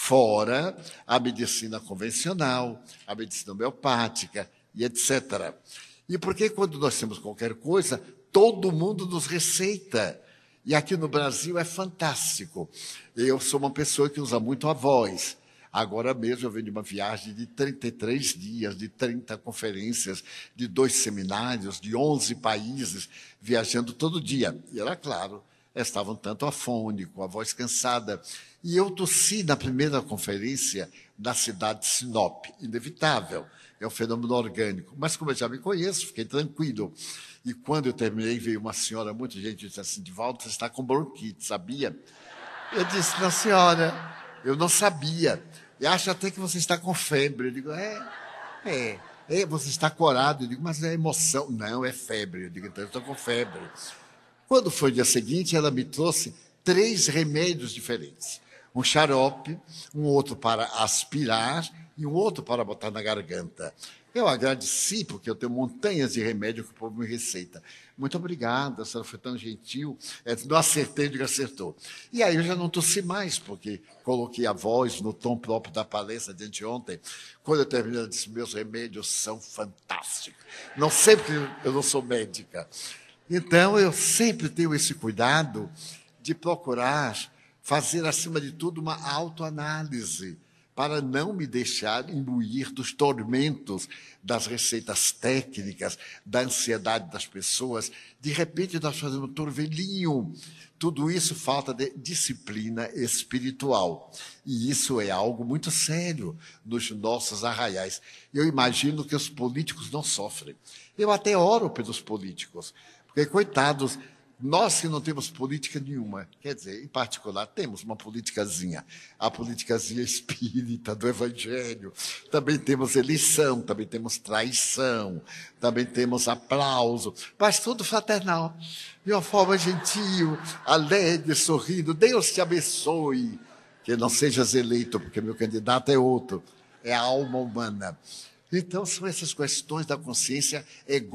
Fora a medicina convencional, a medicina homeopática e etcétera. E porque quando nós temos qualquer coisa, todo mundo nos receita. E aqui no Brasil é fantástico. Eu sou uma pessoa que usa muito a voz. Agora mesmo eu venho de uma viagem de trinta e três dias, de trinta conferências, de dois seminários, de onze países, viajando todo dia. E era claro, estava um tanto afônico, a voz cansada. E eu tossi na primeira conferência na cidade de Sinop. Inevitável, é um fenômeno orgânico. Mas como eu já me conheço, fiquei tranquilo. E quando eu terminei, veio uma senhora muito gentil e disse assim: Divaldo, você está com bronquite, sabia? Eu disse: não, senhora, eu não sabia. E acho até que você está com febre. Eu digo: é, é, é, você está corado. Eu digo: mas é emoção. Não, é febre. Eu digo: então eu estou com febre. Quando foi o dia seguinte, ela me trouxe três remédios diferentes. Um xarope, um outro para aspirar e um outro para botar na garganta. Eu agradeci, porque eu tenho montanhas de remédio que o povo me receita. Muito obrigada, a senhora foi tão gentil. É, não acertei, digo, acertou. E aí eu já não tossi mais, porque coloquei a voz no tom próprio da palestra de anteontem. Quando eu terminei, eu disse: meus remédios são fantásticos. Não sei porque eu não sou médica. Então, eu sempre tenho esse cuidado de procurar fazer, acima de tudo, uma autoanálise, para não me deixar imbuir dos tormentos das receitas técnicas, da ansiedade das pessoas. De repente, nós fazemos um turvelinho. Tudo isso falta de disciplina espiritual. E isso é algo muito sério nos nossos arraiais. Eu imagino que os políticos não sofrem. Eu até oro pelos políticos, porque, coitados, nós que não temos política nenhuma, quer dizer, em particular, temos uma politicazinha, a politicazinha espírita do Evangelho, também temos eleição, também temos traição, também temos aplauso, mas tudo fraternal, de uma forma gentil, alegre, sorrindo. Deus te abençoe, que não sejas eleito, porque meu candidato é outro, é a alma humana. Então, são essas questões da consciência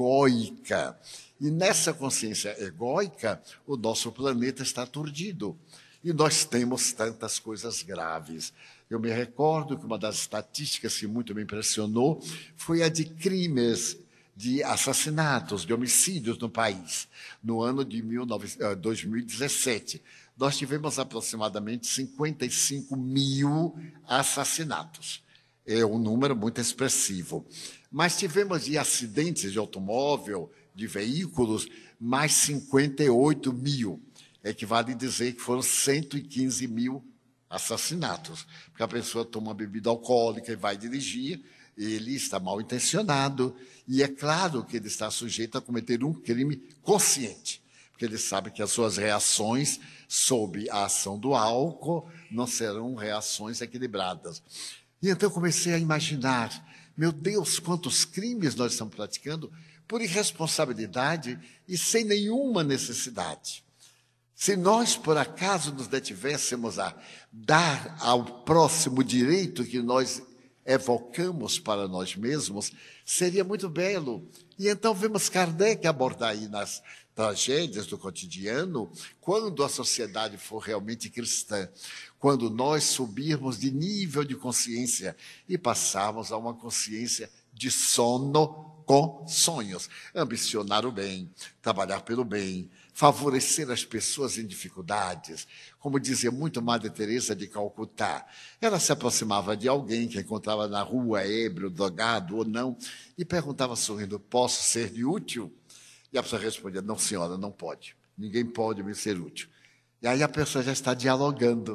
egóica. E nessa consciência egóica, o nosso planeta está aturdido. E nós temos tantas coisas graves. Eu me recordo que uma das estatísticas que muito me impressionou foi a de crimes, de assassinatos, de homicídios no país. No ano de dois mil e dezessete, nós tivemos aproximadamente cinquenta e cinco mil assassinatos. É um número muito expressivo. Mas tivemos de acidentes de automóvel, de veículos, mais cinquenta e oito mil. Equivale a dizer que foram cento e quinze mil assassinatos. Porque a pessoa toma uma bebida alcoólica e vai dirigir, ele está mal intencionado, e é claro que ele está sujeito a cometer um crime consciente, porque ele sabe que as suas reações sob a ação do álcool não serão reações equilibradas. E então eu comecei a imaginar, meu Deus, quantos crimes nós estamos praticando por irresponsabilidade e sem nenhuma necessidade. Se nós, por acaso, nos detivéssemos a dar ao próximo direito que nós evocamos para nós mesmos, seria muito belo. E então vemos Kardec abordar aí nas tragédias do cotidiano, quando a sociedade for realmente cristã, quando nós subirmos de nível de consciência e passarmos a uma consciência de sono com sonhos, ambicionar o bem, trabalhar pelo bem, favorecer as pessoas em dificuldades. Como dizia muito Madre Teresa de Calcutá, ela se aproximava de alguém que encontrava na rua, ébrio, drogado ou não, e perguntava sorrindo: posso ser de útil? E a pessoa respondia: não, senhora, não pode. Ninguém pode me ser útil. E aí a pessoa já está dialogando.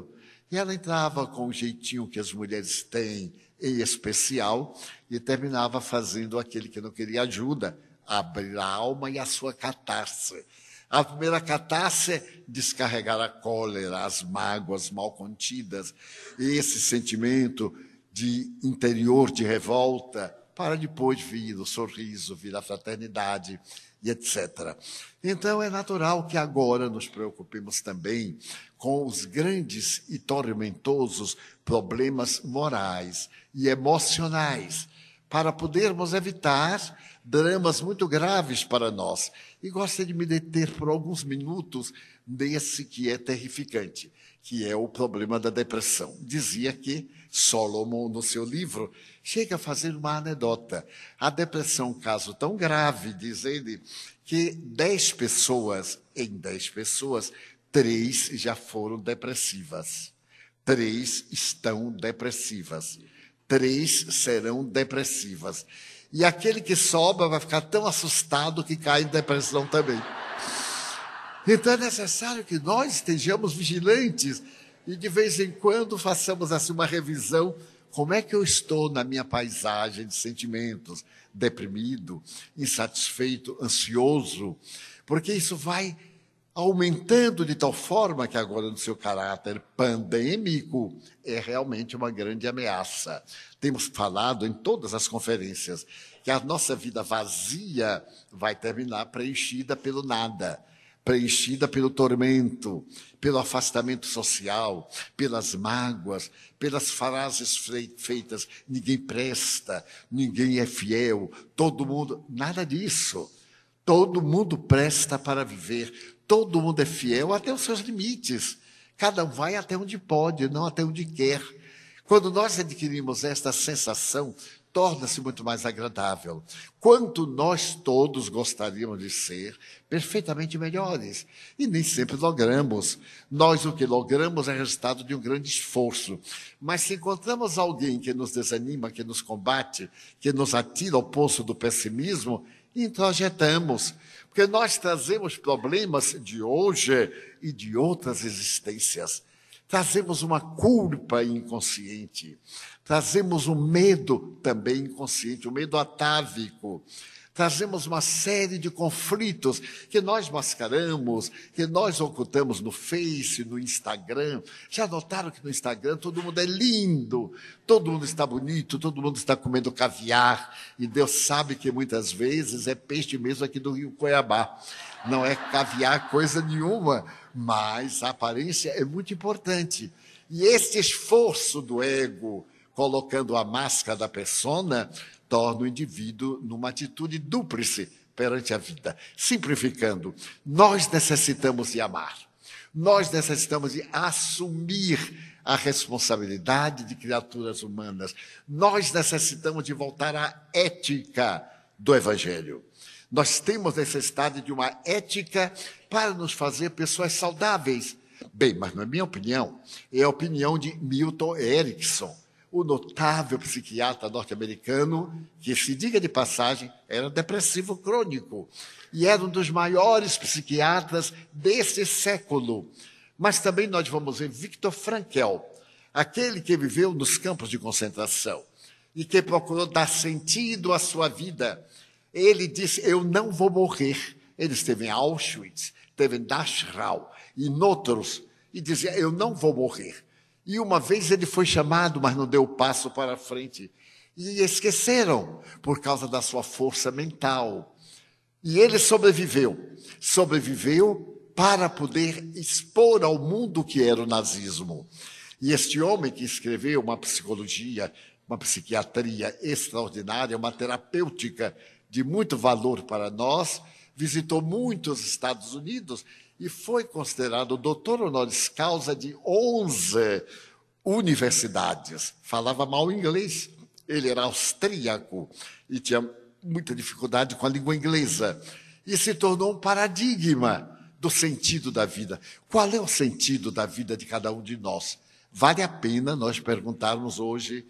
E ela entrava com o jeitinho que as mulheres têm, em especial, e terminava fazendo aquele que não queria ajuda, abrir a alma e a sua catarse. A primeira catarse é descarregar a cólera, as mágoas mal contidas, esse sentimento de interior de revolta, para depois vir o sorriso, vir a fraternidade e etcétera. Então é natural que agora nos preocupemos também com os grandes e tormentosos problemas morais e emocionais, para podermos evitar dramas muito graves para nós. E gostaria de me deter por alguns minutos nesse que é terrificante, que é o problema da depressão. Dizia que Solomon, no seu livro, chega a fazer uma anedota. A depressão é um caso tão grave, diz ele, que dez pessoas, em dez pessoas, três já foram depressivas. Três estão depressivas. Três serão depressivas. E aquele que sobra vai ficar tão assustado que cai em depressão também. Então é necessário que nós estejamos vigilantes e de vez em quando façamos assim uma revisão. Como é que eu estou na minha paisagem de sentimentos? Deprimido, insatisfeito, ansioso? Porque isso vai aumentando de tal forma que agora no seu caráter pandêmico é realmente uma grande ameaça. Temos falado em todas as conferências que a nossa vida vazia vai terminar preenchida pelo nada, preenchida pelo tormento, pelo afastamento social, pelas mágoas, pelas frases feitas, ninguém presta, ninguém é fiel, todo mundo, nada disso. Todo mundo presta para viver, todo mundo é fiel até os seus limites. Cada um vai até onde pode, não até onde quer. Quando nós adquirimos esta sensação, torna-se muito mais agradável. Quanto nós todos gostaríamos de ser perfeitamente melhores. E nem sempre logramos. Nós o que logramos é resultado de um grande esforço. Mas se encontramos alguém que nos desanima, que nos combate, que nos atira ao poço do pessimismo, introjetamos, porque nós trazemos problemas de hoje e de outras existências. Trazemos uma culpa inconsciente, trazemos um medo também inconsciente, um medo atávico. Trazemos uma série de conflitos que nós mascaramos, que nós ocultamos no Face, no Instagram. Já notaram que no Instagram todo mundo é lindo, todo mundo está bonito, todo mundo está comendo caviar. E Deus sabe que muitas vezes é peixe mesmo aqui do Rio Cuiabá. Não é caviar coisa nenhuma, mas a aparência é muito importante. E esse esforço do ego, colocando a máscara da persona, torna o indivíduo numa atitude dúplice perante a vida. Simplificando, nós necessitamos de amar. Nós necessitamos de assumir a responsabilidade de criaturas humanas. Nós necessitamos de voltar à ética do Evangelho. Nós temos necessidade de uma ética para nos fazer pessoas saudáveis. Bem, mas na minha opinião, é a opinião de Milton Erickson, o notável psiquiatra norte-americano, que, se diga de passagem, era depressivo crônico e era um dos maiores psiquiatras desse século. Mas também nós vamos ver Viktor Frankl, aquele que viveu nos campos de concentração e que procurou dar sentido à sua vida. Ele disse, eu não vou morrer. Ele esteve em Auschwitz, esteve em Dachau e em outros, e dizia, eu não vou morrer. E uma vez ele foi chamado, mas não deu o passo para frente. E esqueceram, por causa da sua força mental. E ele sobreviveu. Sobreviveu para poder expor ao mundo o que era o nazismo. E este homem que escreveu uma psicologia, uma psiquiatria extraordinária, uma terapêutica de muito valor para nós, visitou muitos Estados Unidos e foi considerado doutor honoris causa de onze universidades. Falava mal inglês, ele era austríaco e tinha muita dificuldade com a língua inglesa. E se tornou um paradigma do sentido da vida. Qual é o sentido da vida de cada um de nós? Vale a pena nós perguntarmos hoje,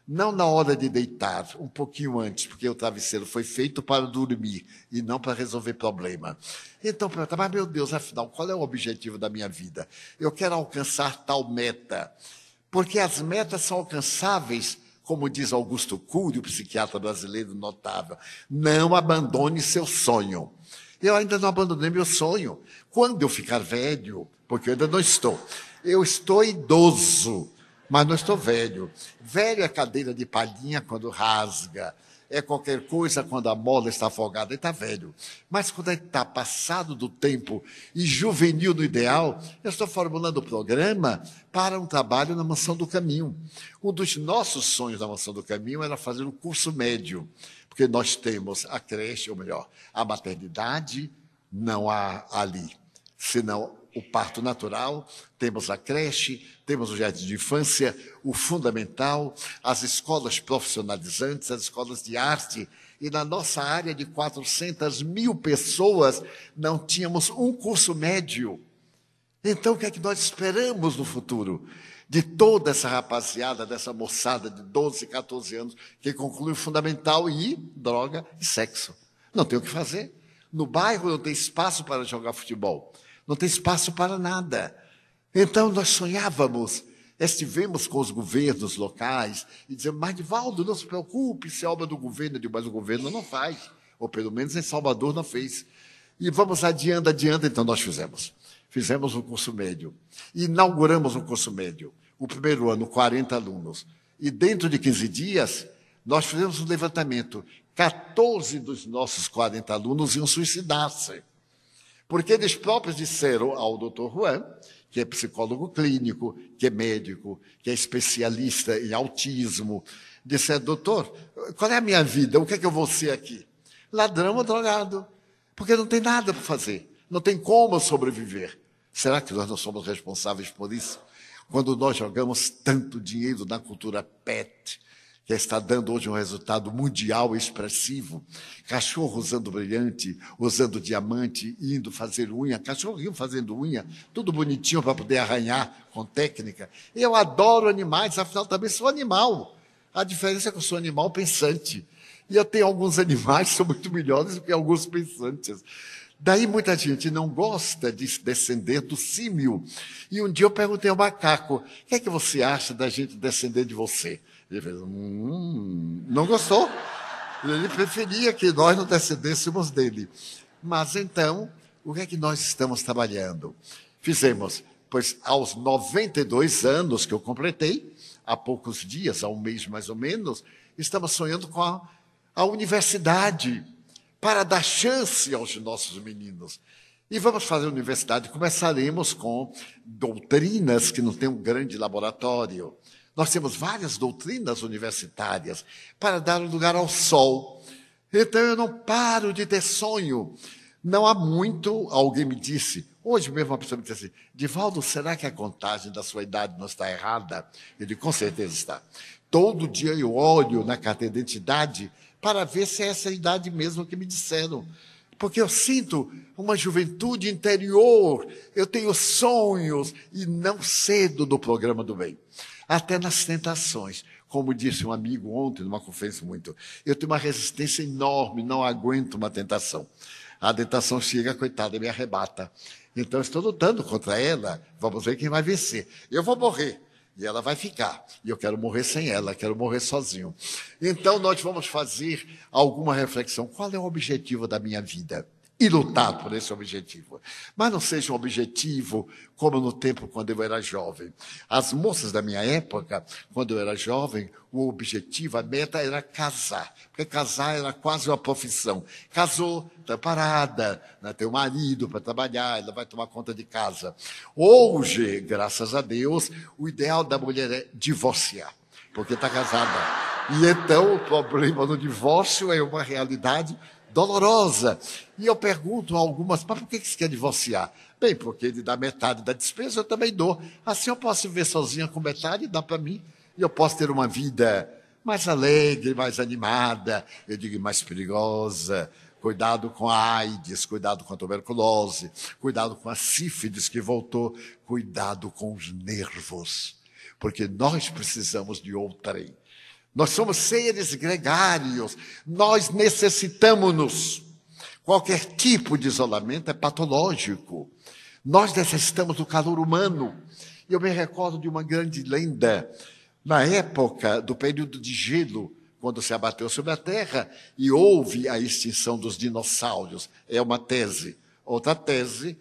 não na hora de deitar, um pouquinho antes, porque o travesseiro foi feito para dormir e não para resolver problema. Então, pergunta, mas meu Deus, afinal, qual é o objetivo da minha vida? Eu quero alcançar tal meta, porque as metas são alcançáveis, como diz Augusto Cury, o psiquiatra brasileiro notável, não abandone seu sonho. Eu ainda não abandonei meu sonho. Quando eu ficar velho, porque eu ainda não estou, eu estou idoso, mas não estou velho. Velho é cadeira de palhinha quando rasga, é qualquer coisa quando a mola está afogada, ele está velho. Mas quando ele está passado do tempo e juvenil no ideal, eu estou formulando o programa para um trabalho na Mansão do Caminho. Um dos nossos sonhos da Mansão do Caminho era fazer um curso médio, porque nós temos a creche, ou melhor, a maternidade, não há ali, senão o parto natural, temos a creche, temos o jardim de infância, o fundamental, as escolas profissionalizantes, as escolas de arte, e na nossa área de quatrocentas mil pessoas, não tínhamos um curso médio. Então, o que é que nós esperamos no futuro? De toda essa rapaziada, dessa moçada de doze, quatorze anos, que conclui o fundamental e droga e sexo. Não tem o que fazer. No bairro não tem espaço para jogar futebol. Não tem espaço para nada. Então, nós sonhávamos, estivemos com os governos locais e dizemos, mas, Divaldo, não se preocupe, se é obra do governo, eu digo, mas o governo não faz, ou pelo menos em Salvador não fez. E vamos adiando, adiando, então nós fizemos. Fizemos um curso médio, inauguramos um curso médio. O primeiro ano, quarenta alunos. E dentro de quinze dias, nós fizemos um levantamento. quatorze dos nossos quarenta alunos iam suicidar-se. Porque eles próprios disseram ao doutor Juan, que é psicólogo clínico, que é médico, que é especialista em autismo, disseram, doutor, qual é a minha vida? O que é que eu vou ser aqui? Ladrão ou drogado? Porque não tem nada para fazer, não tem como sobreviver. Será que nós não somos responsáveis por isso? Quando nós jogamos tanto dinheiro na cultura pet, que está dando hoje um resultado mundial expressivo. Cachorro usando brilhante, usando diamante, indo fazer unha, cachorrinho fazendo unha, tudo bonitinho para poder arranhar com técnica. Eu adoro animais, afinal também sou animal. A diferença é que eu sou animal pensante. E eu tenho alguns animais que são muito melhores do que alguns pensantes. Daí muita gente não gosta de descender do símio. E um dia eu perguntei ao macaco, o que é que você acha da gente descender de você? Ele fez, hum, não gostou. Ele preferia que nós não descendêssemos dele. Mas então, o que é que nós estamos trabalhando? Fizemos, pois aos noventa e dois anos que eu completei, há poucos dias, há um mês mais ou menos, estamos sonhando com a, a universidade para dar chance aos nossos meninos. E vamos fazer a universidade, começaremos com doutrinas que não tem um grande laboratório. Nós temos várias doutrinas universitárias para dar lugar ao sol. Então, eu não paro de ter sonho. Não há muito, alguém me disse, hoje mesmo uma pessoa me disse assim, Divaldo, será que a contagem da sua idade não está errada? Eu digo, com certeza está. Todo dia eu olho na carteira de identidade para ver se é essa idade mesmo que me disseram. Porque eu sinto uma juventude interior, eu tenho sonhos e não cedo do programa do bem. Até nas tentações. Como disse um amigo ontem, numa conferência muito, eu tenho uma resistência enorme, não aguento uma tentação. A tentação chega, coitada, me arrebata. Então, estou lutando contra ela, vamos ver quem vai vencer. Eu vou morrer, e ela vai ficar. E eu quero morrer sem ela, quero morrer sozinho. Então, nós vamos fazer alguma reflexão. Qual é o objetivo da minha vida? E lutar por esse objetivo. Mas não seja um objetivo como no tempo quando eu era jovem. As moças da minha época, quando eu era jovem, o objetivo, a meta era casar. Porque casar era quase uma profissão. Casou, está parada, né, tem um marido para trabalhar, ela vai tomar conta de casa. Hoje, graças a Deus, o ideal da mulher é divorciar, porque está casada. E então o problema do divórcio é uma realidade dolorosa. E eu pergunto a algumas, mas por que você quer divorciar? Bem, porque ele dá metade da despesa, eu também dou. Assim eu posso viver sozinha com metade, dá para mim. E eu posso ter uma vida mais alegre, mais animada, eu digo mais perigosa. Cuidado com a AIDS, cuidado com a tuberculose, cuidado com a sífilis que voltou, cuidado com os nervos. Porque nós precisamos de outrem. Nós somos seres gregários, nós necessitamos-nos. Qualquer tipo de isolamento é patológico. Nós necessitamos do calor humano. Eu me recordo de uma grande lenda, na época do período de gelo, quando se abateu sobre a Terra e houve a extinção dos dinossauros. É uma tese. Outra tese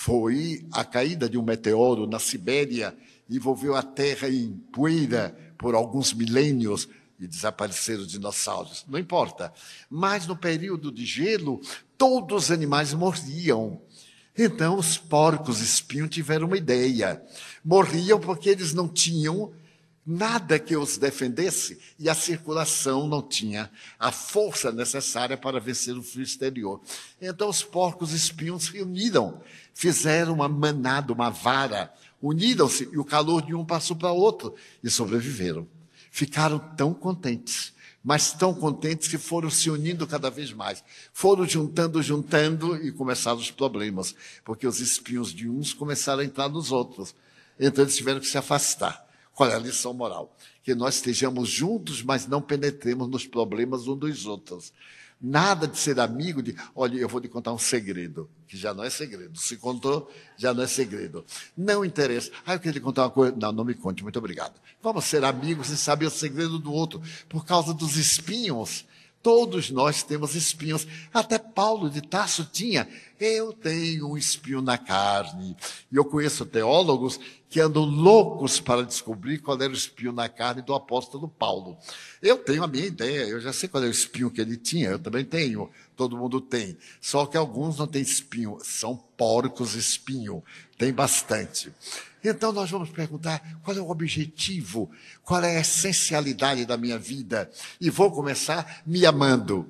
foi a caída de um meteoro na Sibéria, envolveu a Terra em poeira por alguns milênios e desapareceram os dinossauros. Não importa. Mas no período de gelo, todos os animais morriam. Então os porcos espinhos tiveram uma ideia. Morriam porque eles não tinham nada que os defendesse e a circulação não tinha a força necessária para vencer o frio exterior. Então os porcos espinhos se uniram, fizeram uma manada, uma vara, uniram-se e o calor de um passou para o outro e sobreviveram. Ficaram tão contentes, mas tão contentes que foram se unindo cada vez mais. Foram juntando, juntando e começaram os problemas, porque os espinhos de uns começaram a entrar nos outros. Então eles tiveram que se afastar. Qual é a lição moral? Que nós estejamos juntos, mas não penetremos nos problemas uns dos outros. Nada de ser amigo de, olha, eu vou te contar um segredo, que já não é segredo. Se contou, já não é segredo. Não interessa. Ah, eu queria lhe contar uma coisa. Não, não me conte, muito obrigado. Vamos ser amigos e saber o segredo do outro. Por causa dos espinhos, todos nós temos espinhos. Até Paulo de Tarso tinha. Eu tenho um espinho na carne. E eu conheço teólogos que andam loucos para descobrir qual era o espinho na carne do apóstolo Paulo. Eu tenho a minha ideia, eu já sei qual é o espinho que ele tinha, eu também tenho, todo mundo tem. Só que alguns não têm espinho, são porcos espinho, tem bastante. Então nós vamos perguntar qual é o objetivo, qual é a essencialidade da minha vida. E vou começar me amando.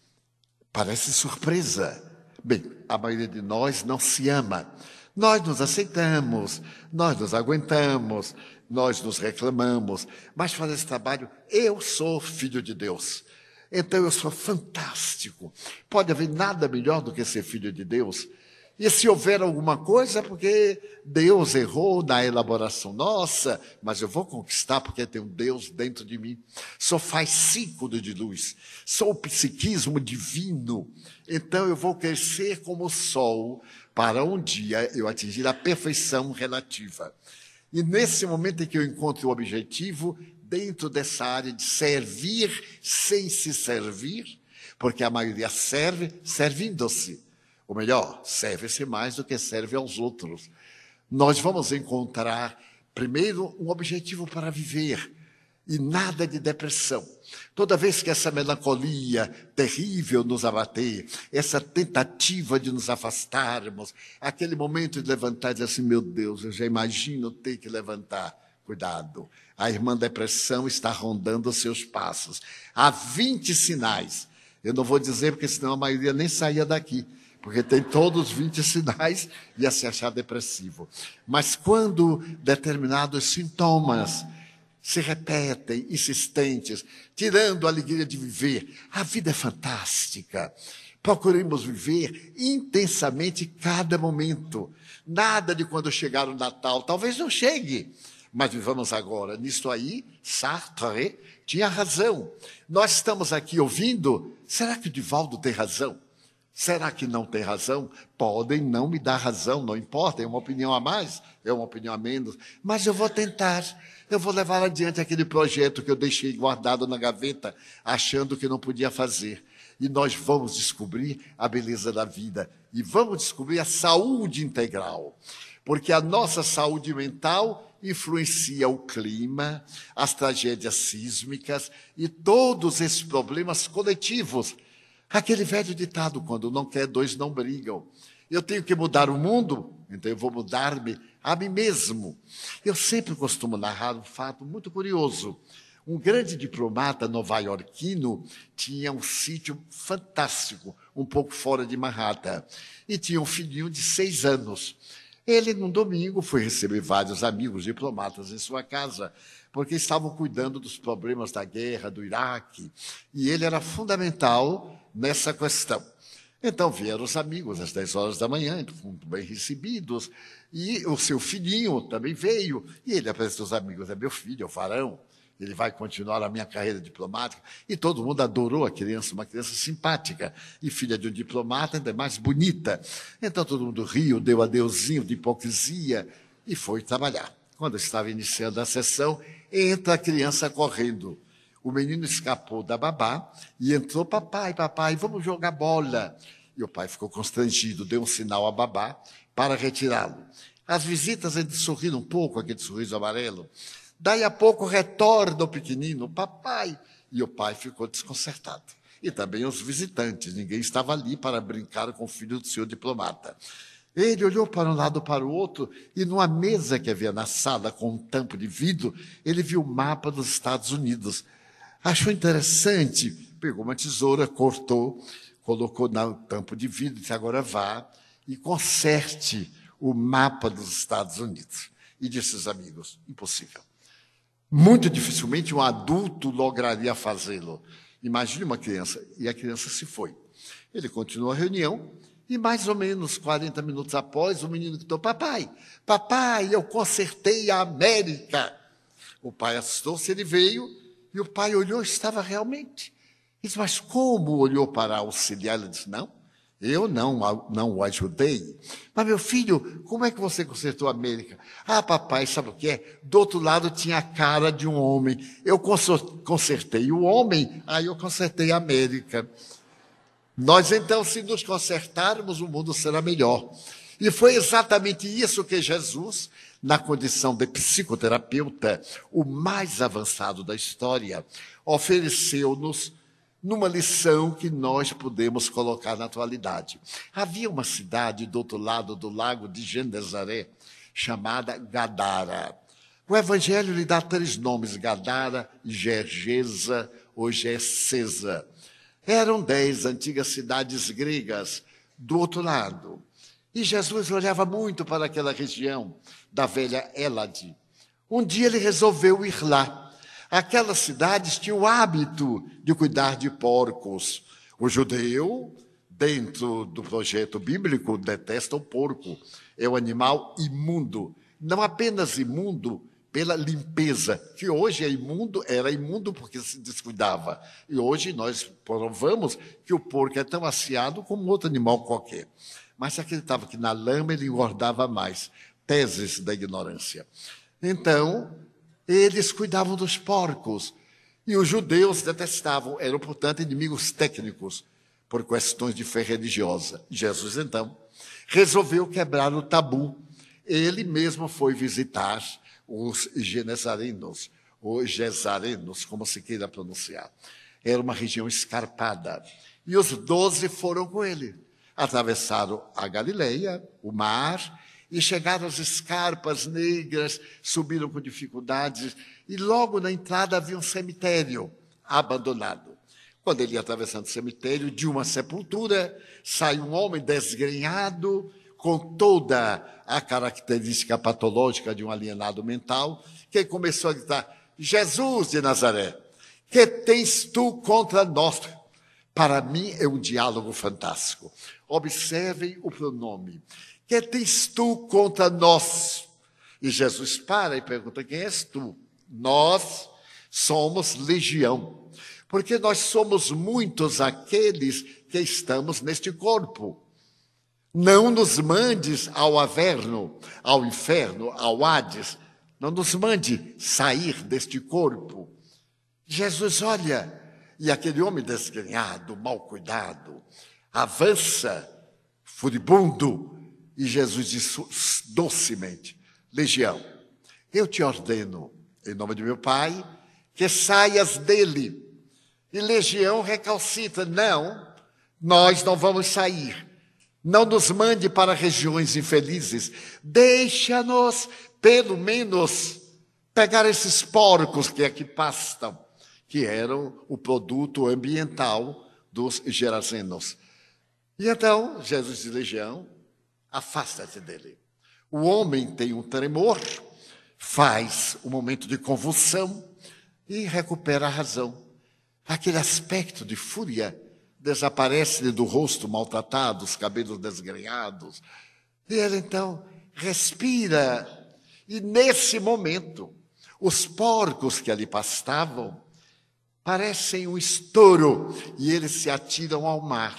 Parece surpresa. Bem, a maioria de nós não se ama. Nós nos aceitamos, nós nos aguentamos, nós nos reclamamos, mas faz esse trabalho, eu sou filho de Deus, então eu sou fantástico. Pode haver nada melhor do que ser filho de Deus. E se houver alguma coisa, é porque Deus errou na elaboração nossa, mas eu vou conquistar porque tem um Deus dentro de mim. Sou fascículo de luz, sou o psiquismo divino, então eu vou crescer como o sol, para um dia eu atingir a perfeição relativa. E nesse momento em que eu encontro o objetivo, dentro dessa área de servir sem se servir, porque a maioria serve servindo-se. Ou melhor, serve-se mais do que serve aos outros. Nós vamos encontrar, primeiro, um objetivo para viver. E nada de depressão. Toda vez que essa melancolia terrível nos abater, essa tentativa de nos afastarmos, aquele momento de levantar e dizer assim, meu Deus, eu já imagino ter que levantar. Cuidado, a irmã depressão está rondando os seus passos. Há vinte sinais. Eu não vou dizer porque senão a maioria nem saía daqui, porque tem todos os vinte sinais e ia se achar depressivo. Mas quando determinados sintomas se repetem, insistentes, tirando a alegria de viver. A vida é fantástica. Procuremos viver intensamente cada momento. Nada de quando chegar o Natal. Talvez não chegue, mas vivamos agora. Nisto aí, Sartre tinha razão. Nós estamos aqui ouvindo. Será que o Divaldo tem razão? Será que não tem razão? Podem não me dar razão, não importa, é uma opinião a mais, é uma opinião a menos, mas eu vou tentar, eu vou levar adiante aquele projeto que eu deixei guardado na gaveta, achando que não podia fazer. E nós vamos descobrir a beleza da vida, e vamos descobrir a saúde integral, porque a nossa saúde mental influencia o clima, as tragédias sísmicas e todos esses problemas coletivos. Aquele velho ditado, quando não quer, dois não brigam. Eu tenho que mudar o mundo, então eu vou mudar-me a mim mesmo. Eu sempre costumo narrar um fato muito curioso. Um grande diplomata nova-iorquino tinha um sítio fantástico, um pouco fora de Manhattan, e tinha um filhinho de seis anos. Ele, num domingo, foi receber vários amigos diplomatas em sua casa, porque estavam cuidando dos problemas da guerra, do Iraque, e ele era fundamental nessa questão. Então vieram os amigos às dez horas da manhã, muito bem recebidos, e o seu filhinho também veio, e ele apresentou os amigos, é meu filho, é o Varão. ele vai continuar a minha carreira diplomática. E todo mundo adorou a criança, uma criança simpática, e filha de um diplomata, ainda mais bonita. Então todo mundo riu, deu adeuzinho de hipocrisia e foi trabalhar. Quando estava iniciando a sessão, entra a criança correndo. O menino escapou da babá e entrou, papai, papai, vamos jogar bola. E o pai ficou constrangido, deu um sinal à babá para retirá-lo. As visitas, eles sorriram um pouco, aquele sorriso amarelo. Daí a pouco retorna o pequenino, papai, e o pai ficou desconcertado. E também os visitantes, ninguém estava ali para brincar com o filho do senhor diplomata. Ele olhou para um lado para o outro e numa mesa que havia na sala com um tampo de vidro, ele viu o mapa dos Estados Unidos. Achou interessante, pegou uma tesoura, cortou, colocou no tampo de vidro e disse, agora vá e conserte o mapa dos Estados Unidos. E disse aos amigos, impossível. Muito dificilmente um adulto lograria fazê-lo. Imagine uma criança. E a criança se foi. Ele continuou a reunião e mais ou menos quarenta minutos após, o menino gritou, papai, papai, eu consertei a América. O pai assustou-se, ele veio e o pai olhou, estava realmente. Ele disse, mas como? Olhou para auxiliar, ele disse, não, eu não, não o ajudei. Mas, meu filho, como é que você consertou a América? Ah, papai, sabe o que é? Do outro lado tinha a cara de um homem. Eu consertei o homem, aí eu consertei a América. Nós, então, se nos consertarmos, o mundo será melhor. E foi exatamente isso que Jesus, na condição de psicoterapeuta, o mais avançado da história, ofereceu-nos numa lição que nós podemos colocar na atualidade. Havia uma cidade do outro lado do lago de Genezaré, chamada Gadara. O Evangelho lhe dá três nomes, Gadara, Gergesa ou Gercesa. Eram dez antigas cidades gregas do outro lado. E Jesus olhava muito para aquela região da velha Hélade. Um dia ele resolveu ir lá. Aquelas cidades tinham o hábito de cuidar de porcos. O judeu, dentro do projeto bíblico, detesta o porco. É um animal imundo. Não apenas imundo pela limpeza, que hoje é imundo, era imundo porque se descuidava. E hoje nós provamos que o porco é tão asseado como outro animal qualquer. Mas se acreditava que na lama ele engordava mais. Teses da ignorância. Então, eles cuidavam dos porcos. E os judeus detestavam, eram, portanto, inimigos técnicos por questões de fé religiosa. Jesus, então, resolveu quebrar o tabu. Ele mesmo foi visitar os genezarenos, ou gesarenos, como se queira pronunciar. Era uma região escarpada. E os doze foram com ele. Atravessaram a Galileia, o mar, e chegaram às escarpas negras, subiram com dificuldades, e logo na entrada havia um cemitério abandonado. Quando ele ia atravessando o cemitério, de uma sepultura, sai um homem desgrenhado, com toda a característica patológica de um alienado mental, que começou a gritar, Jesus de Nazaré, que tens tu contra nós? Para mim é um diálogo fantástico. Observem o pronome. Que tens tu contra nós? E Jesus para e pergunta, quem és tu? Nós somos legião, porque nós somos muitos aqueles que estamos neste corpo. Não nos mandes ao averno, ao inferno, ao Hades. Não nos mande sair deste corpo. Jesus olha, e aquele homem desgrenhado, mal cuidado, avança, furibundo, e Jesus diz docemente, legião, eu te ordeno, em nome de meu Pai, que saias dele. E legião recalcitra, não, nós não vamos sair. Não nos mande para regiões infelizes. Deixa-nos, pelo menos, pegar esses porcos que aqui pastam, que eram o produto ambiental dos gerazenos. E então, Jesus diz, legião, afasta-te dele. O homem tem um tremor, faz um momento de convulsão e recupera a razão. Aquele aspecto de fúria desaparece do rosto maltratado, os cabelos desgrenhados. E ele, então, respira. E, nesse momento, Os porcos que ali pastavam parecem um estouro e eles se atiram ao mar.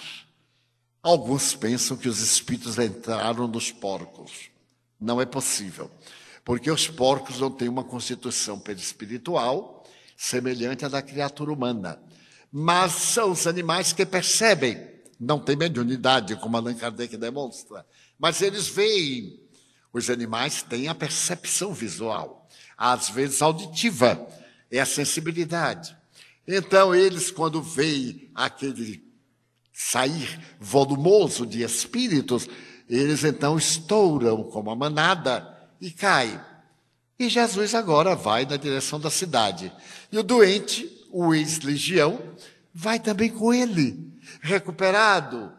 Alguns pensam que os espíritos entraram nos porcos. Não é possível, porque os porcos não têm uma constituição perispiritual semelhante à da criatura humana. Mas são os animais que percebem, não tem mediunidade, como Allan Kardec demonstra, mas eles veem. Os animais têm a percepção visual, às vezes auditiva, é a sensibilidade. Então, eles, quando veem aquele sair volumoso de espíritos, eles então estouram como a manada e caem. E Jesus agora vai na direção da cidade. E o doente, o ex-legião, vai também com ele, recuperado,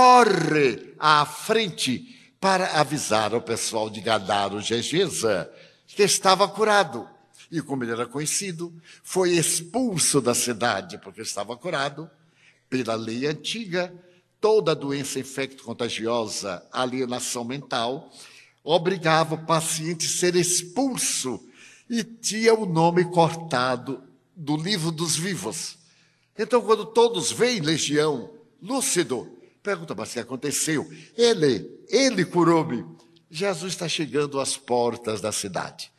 corre à frente para avisar ao pessoal de Gadara, Gegesa, que estava curado. E como ele era conhecido, foi expulso da cidade, porque estava curado. Pela lei antiga, toda doença infecto-contagiosa, alienação mental, obrigava o paciente a ser expulso e tinha o nome cortado do livro dos vivos. Então, quando todos veem Legião lúcido, perguntam, mas o que aconteceu? Ele, ele curou-me. Jesus está chegando às portas da cidade.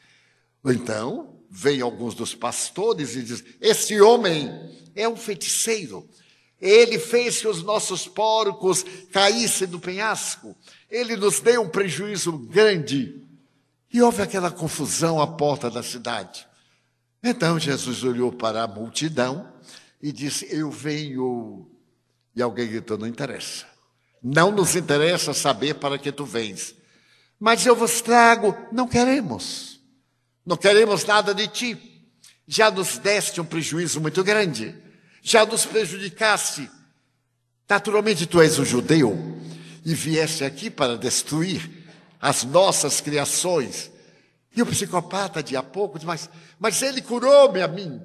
Então, vêm alguns dos pastores e dizem, esse homem é um feiticeiro. Ele fez que os nossos porcos caíssem do penhasco. Ele nos deu um prejuízo grande. E houve aquela confusão à porta da cidade. Então Jesus olhou para a multidão e disse, eu venho. E alguém gritou, não interessa. Não nos interessa saber para que tu vens. Mas eu vos trago, não queremos. Não queremos nada de ti. Já nos deste um prejuízo muito grande. Já nos prejudicaste. Naturalmente, tu és um judeu e vieste aqui para destruir as nossas criações. E o psicopata, de a pouco, diz, mas, mas ele curou-me a mim.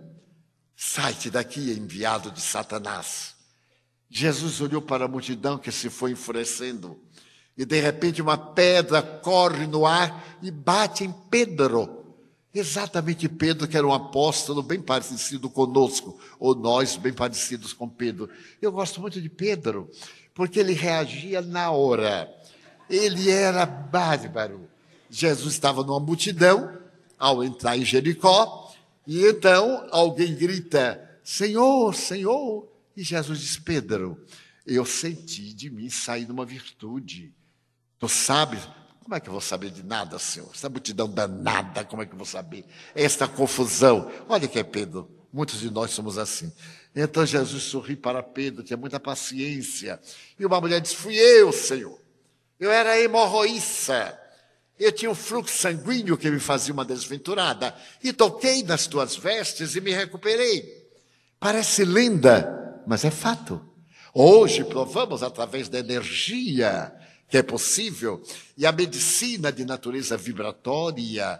Sai-te daqui, enviado de Satanás. Jesus olhou para a multidão que se foi enfurecendo. E, de repente, uma pedra corre no ar e bate em Pedro. Exatamente Pedro, que era um apóstolo bem parecido conosco, ou nós bem parecidos com Pedro. Eu gosto muito de Pedro, porque ele reagia na hora. Ele era bárbaro. Jesus estava numa multidão, ao entrar em Jericó, e então alguém grita, Senhor, Senhor. E Jesus diz, Pedro, eu senti de mim sair uma virtude. Tu sabes... Como é que eu vou saber de nada, Senhor? Essa multidão danada, como é que eu vou saber? Esta confusão. Olha que é Pedro, muitos de nós somos assim. Então Jesus sorri para Pedro, tinha muita paciência. E uma mulher disse, fui eu, Senhor. Eu era hemorroíça. Eu tinha um fluxo sanguíneo que me fazia uma desventurada. E toquei nas tuas vestes e me recuperei. Parece lenda, mas é fato. Hoje provamos através da energia que é possível, e a medicina de natureza vibratória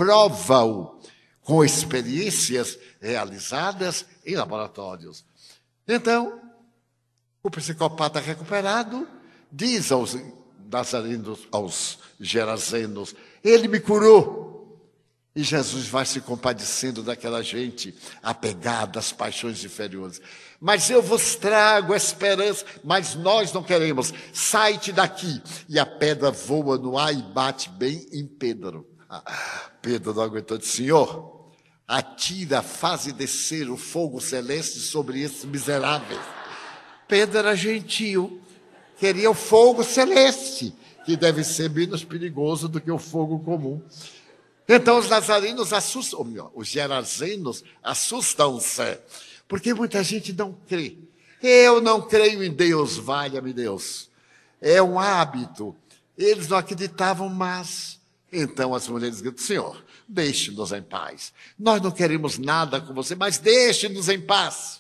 prova-o com experiências realizadas em laboratórios. Então, o psicopata recuperado diz aos nazarenos, aos gerazenos, ele me curou. E Jesus vai se compadecendo daquela gente apegada às paixões inferiores. Mas eu vos trago esperança, mas nós não queremos. Sai-te daqui. E a pedra voa no ar e bate bem em Pedro. Ah, Pedro não aguentou, disse, Senhor, atira, faze descer o fogo celeste sobre esses miseráveis. Pedro era gentil, queria o fogo celeste, que deve ser menos perigoso do que o fogo comum. Então os nazarenos assustam, ou melhor, os gerazenos assustam-se, porque muita gente não crê. Eu não creio em Deus, valha-me Deus. É um hábito. Eles não acreditavam, mas... Então as mulheres gritam, Senhor, deixe-nos em paz. Nós não queremos nada com você, mas deixe-nos em paz.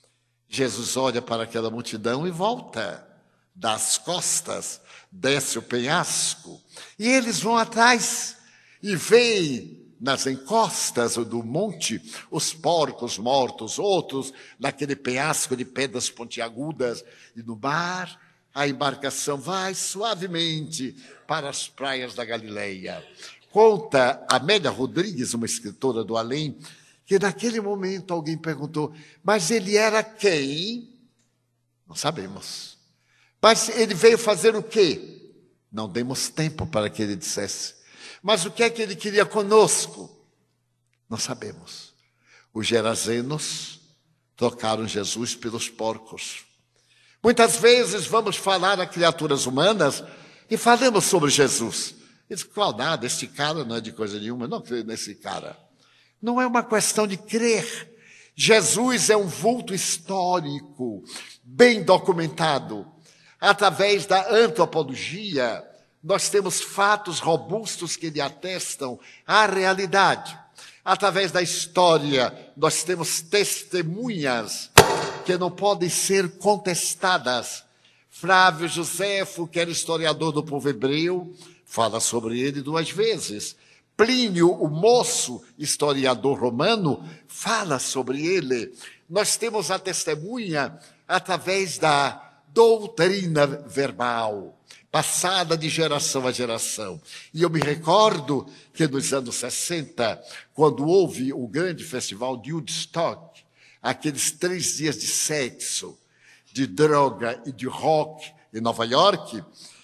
Jesus olha para aquela multidão e volta. Dá as costas, desce o penhasco, e eles vão atrás. E veem nas encostas do monte os porcos mortos, outros naquele penhasco de pedras pontiagudas. E no mar, a embarcação vai suavemente para as praias da Galileia. Conta Amélia Rodrigues, uma escritora do além, que naquele momento alguém perguntou, mas ele era quem? Não sabemos. Mas ele veio fazer o quê? Não demos tempo para que ele dissesse. Mas o que é que ele queria conosco? Não sabemos. Os gerazenos trocaram Jesus pelos porcos. Muitas vezes vamos falar a criaturas humanas e falamos sobre Jesus. Eles qual nada, esse cara não é de coisa nenhuma, não creio nesse cara. Não é uma questão de crer. Jesus é um vulto histórico, bem documentado. Através da antropologia, nós temos fatos robustos que lhe atestam a realidade. Através da história, nós temos testemunhas que não podem ser contestadas. Flávio Joséfo, que era historiador do povo hebreu, fala sobre ele duas vezes. Plínio, o moço historiador romano, fala sobre ele. Nós temos a testemunha através da doutrina verbal, passada de geração a geração. E eu me recordo que nos anos sessenta, quando houve o grande festival de Woodstock, aqueles três dias de sexo, de droga e de rock em Nova York,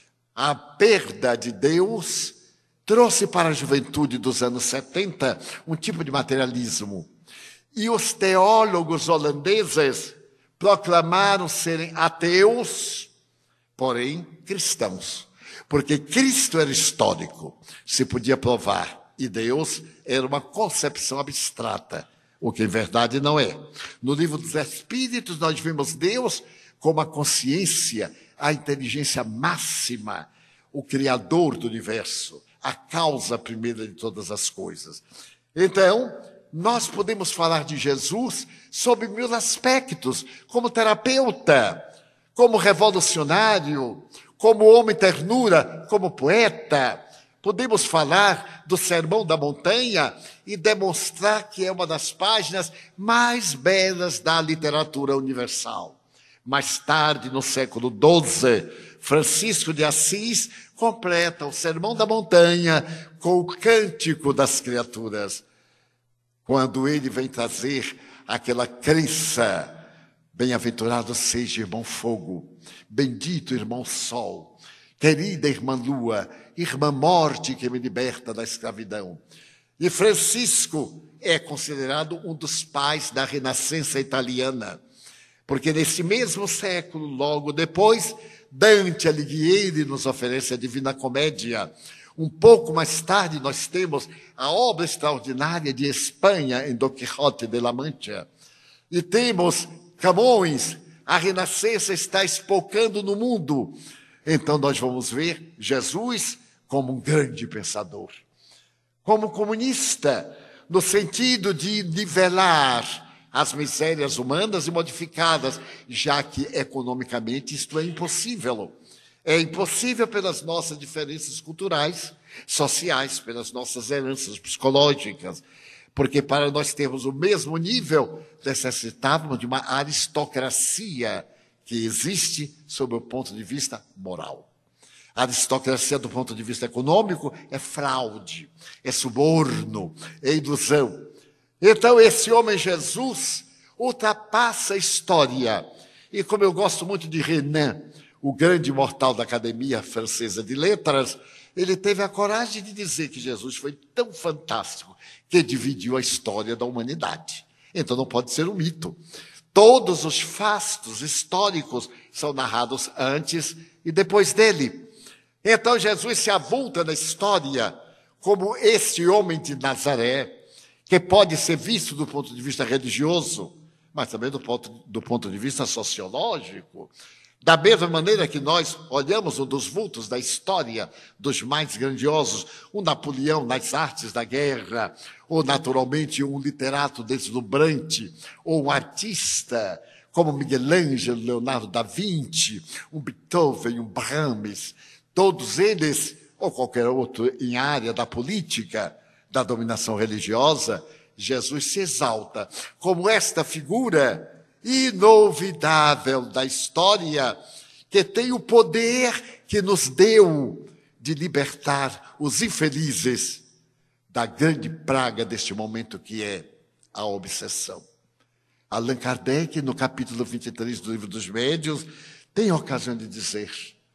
a perda de Deus trouxe para a juventude dos anos setenta um tipo de materialismo. E os teólogos holandeses proclamaram serem ateus, porém cristãos. Porque Cristo era histórico, se podia provar, e Deus era uma concepção abstrata, o que em verdade não é. No livro dos Espíritos nós vimos Deus como a consciência, a inteligência máxima, o Criador do universo, a causa primeira de todas as coisas. Então, nós podemos falar de Jesus sob mil aspectos, como terapeuta, como revolucionário, como homem ternura, como poeta. Podemos falar do Sermão da Montanha e demonstrar que é uma das páginas mais belas da literatura universal. Mais tarde, no século doze, Francisco de Assis completa o Sermão da Montanha com o Cântico das Criaturas, quando ele vem trazer aquela crença: bem-aventurado seja irmão fogo, bendito irmão sol, querida irmã lua, irmã morte que me liberta da escravidão. E Francisco é considerado um dos pais da Renascença italiana, porque nesse mesmo século, logo depois, Dante Alighieri nos oferece a Divina Comédia. Um pouco mais tarde nós temos a obra extraordinária de Espanha, em Don Quixote de la Mancha. E temos Camões, a Renascença está espocando no mundo. Então nós vamos ver Jesus como um grande pensador, como comunista, no sentido de nivelar as misérias humanas e modificadas, já que economicamente isto é impossível. É impossível pelas nossas diferenças culturais, sociais, pelas nossas heranças psicológicas, porque para nós termos o mesmo nível, necessitávamos de uma aristocracia que existe sob o ponto de vista moral. A aristocracia do ponto de vista econômico é fraude, é suborno, é ilusão. Então esse homem Jesus ultrapassa a história. E como eu gosto muito de Renan, o grande imortal da Academia Francesa de Letras, ele teve a coragem de dizer que Jesus foi tão fantástico que dividiu a história da humanidade. Então não pode ser um mito. Todos os fatos históricos são narrados antes e depois dele. Então Jesus se avulta na história como esse homem de Nazaré, que pode ser visto do ponto de vista religioso, mas também do ponto, do ponto de vista sociológico. Da mesma maneira que nós olhamos um dos vultos da história dos mais grandiosos, um Napoleão nas artes da guerra, ou naturalmente um literato deslumbrante, ou um artista como Miguel Ângelo, Leonardo da Vinci, um Beethoven, um Brahms, todos eles, ou qualquer outro em área da política, da dominação religiosa, Jesus se exalta como esta figura inolvidável da história, que tem o poder que nos deu de libertar os infelizes da grande praga deste momento que é a obsessão. Allan Kardec, no capítulo vinte e três do Livro dos Médiuns, tem a ocasião de dizer,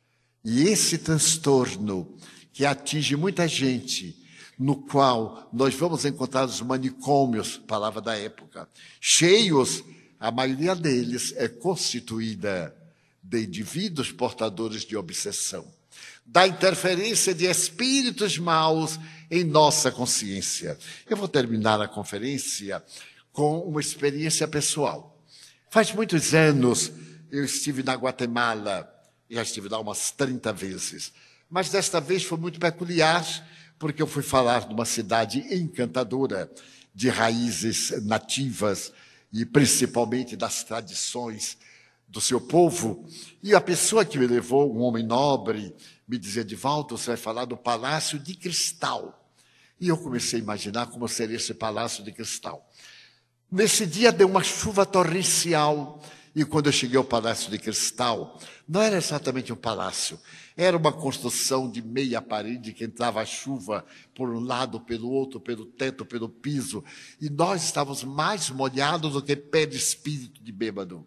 e esse transtorno que atinge muita gente, no qual nós vamos encontrar os manicômios, palavra da época, cheios, a maioria deles é constituída de indivíduos portadores de obsessão, da interferência de espíritos maus em nossa consciência. Eu vou terminar a conferência com uma experiência pessoal. Faz muitos anos eu estive na Guatemala, já estive lá umas trinta vezes, mas desta vez foi muito peculiar, porque eu fui falar de uma cidade encantadora, de raízes nativas e principalmente das tradições do seu povo. E a pessoa que me levou, um homem nobre, me dizia, Divaldo, você vai falar do Palácio de Cristal. E eu comecei a imaginar como seria esse Palácio de Cristal. Nesse dia deu uma chuva torrencial, e quando eu cheguei ao Palácio de Cristal, não era exatamente um palácio, era uma construção de meia parede que entrava a chuva por um lado, pelo outro, pelo teto, pelo piso, e nós estávamos mais molhados do que pé de espírito de bêbado.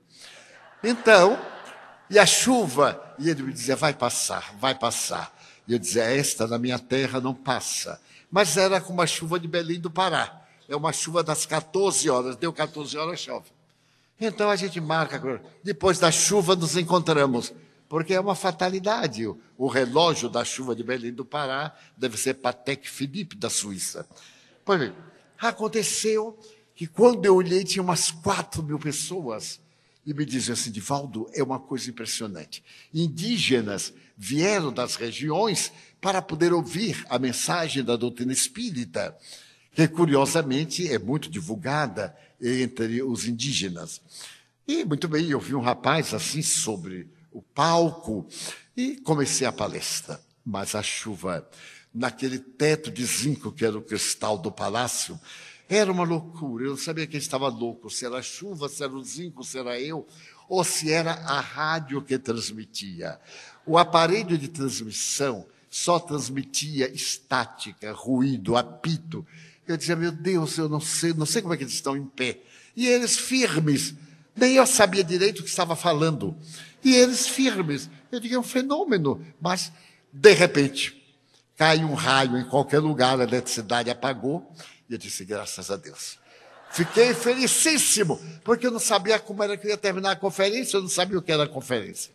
Então, e a chuva, e ele me dizia, vai passar, vai passar. E eu dizia, esta na minha terra não passa. Mas era como a chuva de Belém do Pará. É uma chuva das quatorze horas, deu quatorze horas, chove. Então a gente marca, depois da chuva nos encontramos, porque é uma fatalidade. O relógio da chuva de Belém do Pará deve ser Patek Philippe da Suíça. Pois bem, aconteceu que quando eu olhei tinha umas quatro mil pessoas e me diziam assim, Divaldo, é uma coisa impressionante. Indígenas vieram das regiões para poder ouvir a mensagem da doutrina espírita, que curiosamente é muito divulgada entre os indígenas. E, muito bem, eu vi um rapaz assim sobre o palco e comecei a palestra. Mas a chuva, naquele teto de zinco que era o cristal do palácio, era uma loucura. Eu não sabia quem estava louco, se era a chuva, se era o zinco, se era eu, ou se era a rádio que transmitia. O aparelho de transmissão só transmitia estática, ruído, apito. Eu dizia, meu Deus, eu não sei, não sei como é que eles estão em pé. E eles firmes, nem eu sabia direito o que estava falando. E eles firmes. Eu digo, é um fenômeno. Mas, de repente, cai um raio em qualquer lugar, a eletricidade apagou. E eu disse, graças a Deus. Fiquei felicíssimo, porque eu não sabia como era que ia terminar a conferência, eu não sabia o que era a conferência.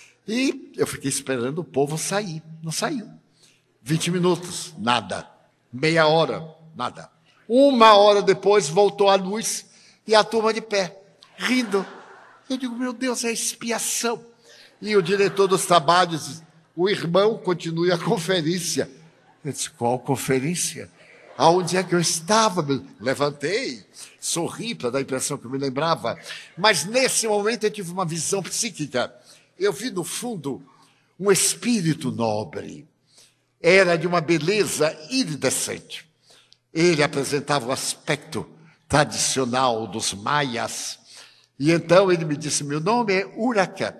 E eu fiquei esperando o povo sair. Não saiu. vinte minutos, nada. Meia hora, nada. Uma hora depois voltou a luz e a turma de pé, rindo. Eu digo, meu Deus, é expiação. E o diretor dos trabalhos, o irmão, continue a conferência. Eu disse, qual conferência? Aonde é que eu estava? Levantei, sorri para dar a impressão que eu me lembrava. Mas nesse momento eu tive uma visão psíquica. Eu vi no fundo um espírito nobre. Era de uma beleza iridescente. Ele apresentava o aspecto tradicional dos maias. E então ele me disse, meu nome é Huracan.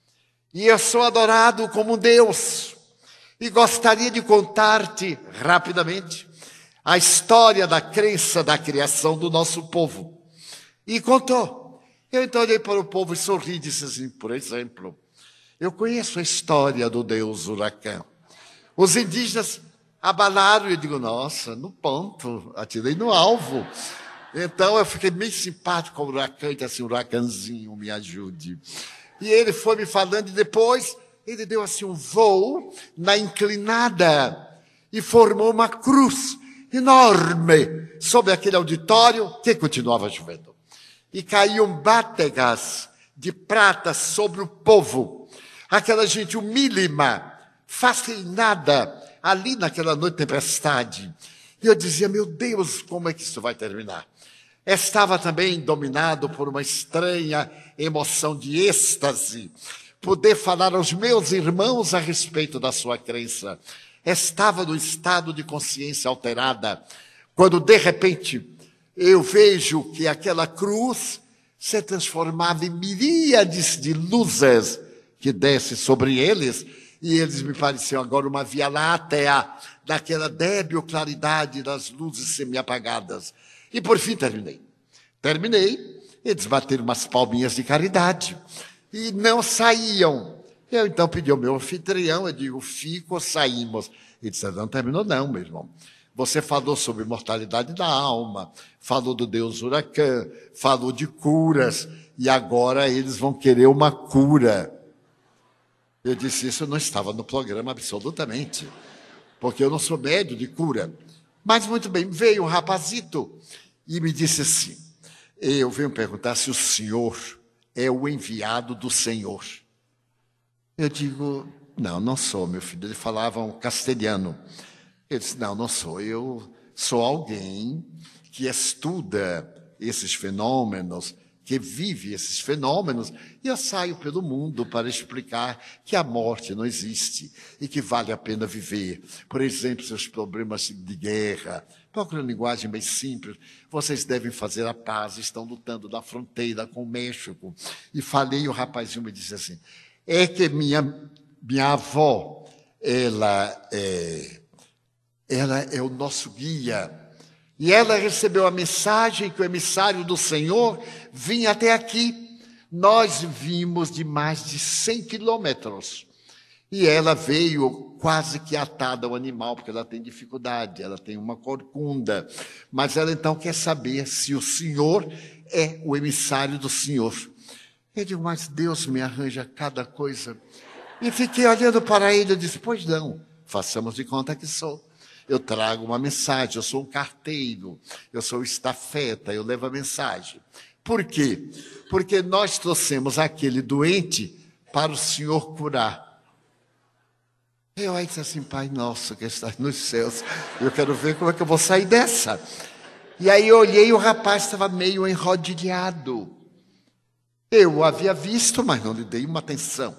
E eu sou adorado como um Deus. E gostaria de contar-te, rapidamente, a história da crença da criação do nosso povo. E contou. Eu então olhei para o povo e sorri e disse assim, por exemplo, eu conheço a história do Deus Huracan. Os indígenas abalaram e eu digo, nossa, no ponto, atirei no alvo. Então eu fiquei meio simpático com o Huracan, e assim, Huracanzinho, me ajude. E ele foi me falando e depois ele deu assim um voo na inclinada e formou uma cruz enorme sobre aquele auditório que continuava chovendo. E caíam bátegas de prata sobre o povo. Aquela gente humílima, fascinada, ali naquela noite de tempestade. E eu dizia, meu Deus, como é que isso vai terminar? Estava também dominado por uma estranha emoção de êxtase, poder falar aos meus irmãos a respeito da sua crença. Estava no estado de consciência alterada, quando de repente eu vejo que aquela cruz se transformava em miríades de luzes que descem sobre eles, e eles me pareciam agora uma via láctea, daquela débil claridade das luzes semi-apagadas. E por fim terminei. Terminei, eles bateram umas palminhas de caridade e não saíam. Eu então pedi ao meu anfitrião, eu digo, fico ou saímos? Ele disse, não terminou não, meu irmão. Você falou sobre mortalidade da alma, falou do Deus Huracã, falou de curas, e agora eles vão querer uma cura. Eu disse, isso não estava no programa absolutamente, porque eu não sou médio de cura. Mas muito bem, veio um rapazito e me disse assim, eu venho perguntar se o senhor é o enviado do Senhor. Eu digo, não, não sou, meu filho. Ele falava um castelhano. Eu disse, não, não sou. Eu sou alguém que estuda esses fenômenos, que vive esses fenômenos, e eu saio pelo mundo para explicar que a morte não existe e que vale a pena viver. Por exemplo, seus problemas de guerra. Procura uma linguagem bem simples. Vocês devem fazer a paz, estão lutando na fronteira com o México. E falei, e o rapazinho me disse assim, é que minha, minha avó, ela é, ela é o nosso guia. E ela recebeu a mensagem que o emissário do Senhor vinha até aqui. Nós vimos de mais de cem quilômetros. E ela veio quase que atada ao animal, porque ela tem dificuldade, ela tem uma corcunda. Mas ela então quer saber se o Senhor é o emissário do Senhor. Eu digo, mas Deus me arranja cada coisa. E fiquei olhando para ele e disse, pois não, façamos de conta que sou. Eu trago uma mensagem, eu sou um carteiro, eu sou estafeta, eu levo a mensagem. Por quê? Porque nós trouxemos aquele doente para o Senhor curar. Eu aí disse assim, Pai nosso que estás nos céus, eu quero ver como é que eu vou sair dessa. E aí eu olhei e o rapaz estava meio enrodilhado. Eu o havia visto, mas não lhe dei uma atenção.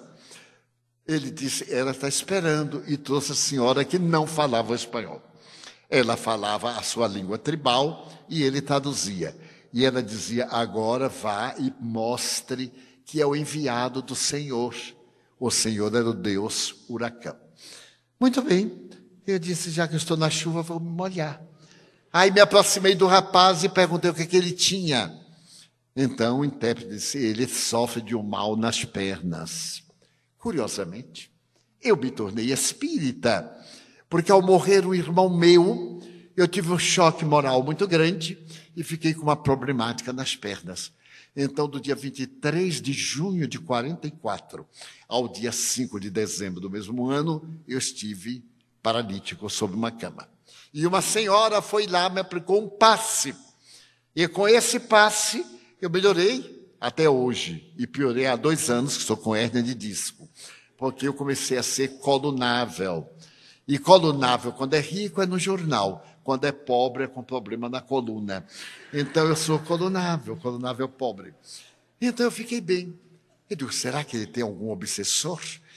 Ele disse, ela está esperando, e trouxe a senhora que não falava espanhol. Ela falava a sua língua tribal e ele traduzia. E ela dizia, agora vá e mostre que é o enviado do Senhor. O Senhor era o Deus Huracão. Muito bem, eu disse, já que eu estou na chuva, vou me molhar. Aí me aproximei do rapaz e perguntei o que, que ele tinha. Então o intérprete disse, ele sofre de um mal nas pernas. Curiosamente, eu me tornei espírita, porque ao morrer um irmão meu, eu tive um choque moral muito grande e fiquei com uma problemática nas pernas. Então, do dia vinte e três de junho de quarenta e quatro ao dia cinco de dezembro do mesmo ano, eu estive paralítico sobre uma cama. E uma senhora foi lá, me aplicou um passe. E com esse passe, eu melhorei até hoje. E piorei há dois anos, que estou com hérnia de disco. Porque eu comecei a ser colunável. E colunável, quando é rico, é no jornal. Quando é pobre, é com problema na coluna. Então, eu sou colunável, colunável pobre. Então, eu fiquei bem. Eu digo, será que ele tem algum obsessor?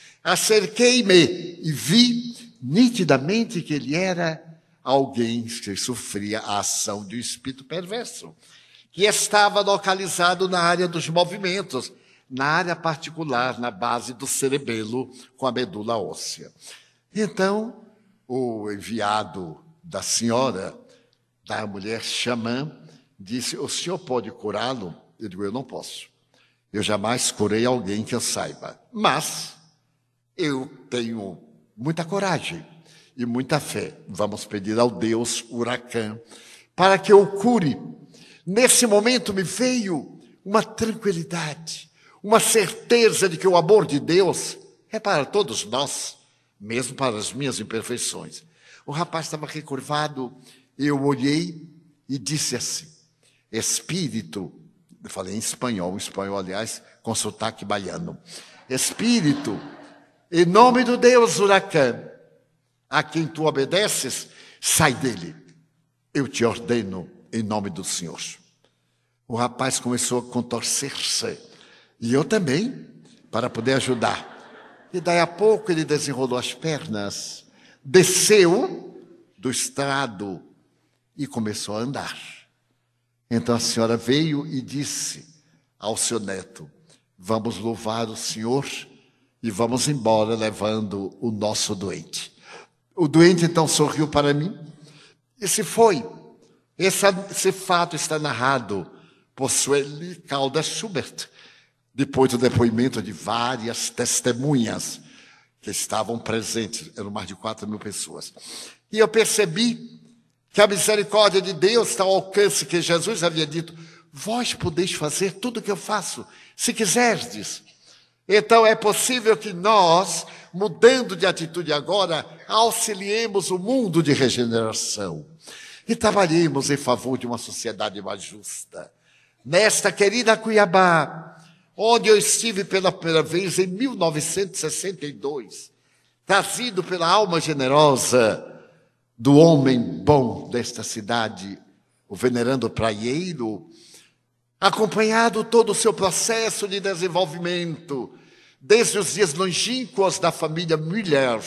Acerquei-me e vi nitidamente que ele era alguém que sofria a ação de um espírito perverso, que estava localizado na área dos movimentos, na área particular, na base do cerebelo, com a medula óssea. Então, o enviado da senhora, da mulher xamã, disse, o senhor pode curá-lo? Eu digo, eu não posso. Eu jamais curei alguém que eu saiba. Mas eu tenho muita coragem e muita fé. Vamos pedir ao Deus Huracã para que eu o cure. Nesse momento me veio uma tranquilidade, uma certeza de que o amor de Deus é para todos nós, mesmo para as minhas imperfeições. O rapaz estava recurvado, eu olhei e disse assim, Espírito, eu falei em espanhol, em espanhol, aliás, com sotaque baiano, Espírito, em nome do Deus Huracã, a quem tu obedeces, sai dele. Eu te ordeno em nome do Senhor. O rapaz começou a contorcer-se, e eu também, para poder ajudar. E daí a pouco ele desenrolou as pernas, desceu do estrado e começou a andar. Então a senhora veio e disse ao seu neto, vamos louvar o Senhor e vamos embora levando o nosso doente. O doente então sorriu para mim e se foi. Esse, esse fato está narrado por Sueli Caldas Schubert, depois do depoimento de várias testemunhas que estavam presentes, eram mais de quatro mil pessoas. E eu percebi que a misericórdia de Deus está ao alcance que Jesus havia dito: vós podeis fazer tudo o que eu faço, se quiserdes. Então é possível que nós, mudando de atitude agora, auxiliemos o mundo de regeneração e trabalhemos em favor de uma sociedade mais justa. Nesta querida Cuiabá, onde eu estive pela primeira vez em mil novecentos e sessenta e dois, trazido pela alma generosa do homem bom desta cidade, o venerando praieiro, acompanhado todo o seu processo de desenvolvimento, desde os dias longínquos da família Müller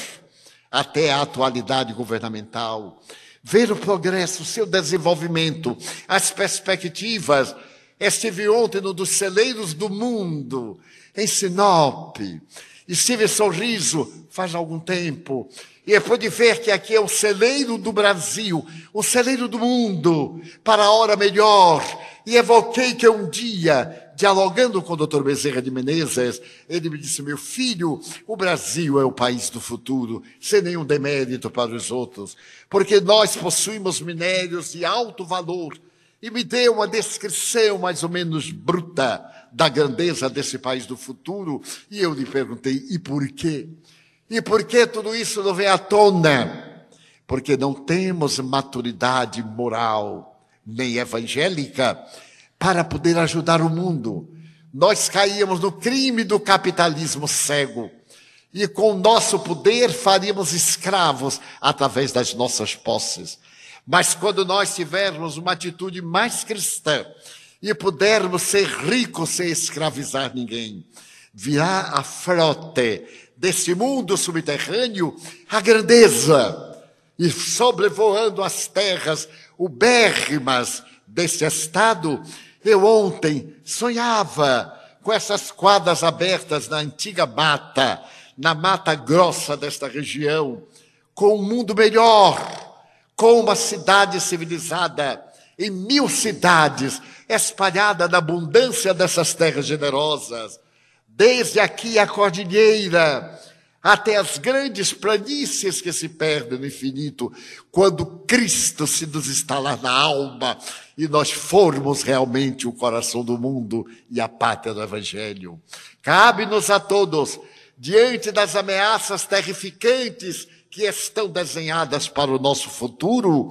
até a atualidade governamental, ver o progresso, o seu desenvolvimento, as perspectivas. Estive ontem no dos celeiros do mundo, em Sinop. Estive em Sorriso faz algum tempo. E é pude ver que aqui é o celeiro do Brasil, o celeiro do mundo, para a hora melhor. E evoquei que um dia, dialogando com o doutor Bezerra de Menezes, ele me disse: meu filho, o Brasil é o país do futuro, sem nenhum demérito para os outros, porque nós possuímos minérios de alto valor. E me deu uma descrição mais ou menos bruta da grandeza desse país do futuro. E eu lhe perguntei: e por quê? E por que tudo isso não vem à tona? Porque não temos maturidade moral, nem evangélica, para poder ajudar o mundo. Nós caíamos no crime do capitalismo cego. E com o nosso poder faríamos escravos através das nossas posses. Mas quando nós tivermos uma atitude mais cristã e pudermos ser ricos sem escravizar ninguém, virá a frote desse mundo subterrâneo a grandeza, e sobrevoando as terras ubérrimas desse estado, eu ontem sonhava com essas quadras abertas na antiga mata, na mata grossa desta região, com um mundo melhor, com uma cidade civilizada, em mil cidades, espalhada na abundância dessas terras generosas, desde aqui a cordilheira, até as grandes planícies que se perdem no infinito, quando Cristo se nos instalar na alma e nós formos realmente o coração do mundo e a pátria do Evangelho. Cabe-nos a todos, diante das ameaças terrificantes que estão desenhadas para o nosso futuro,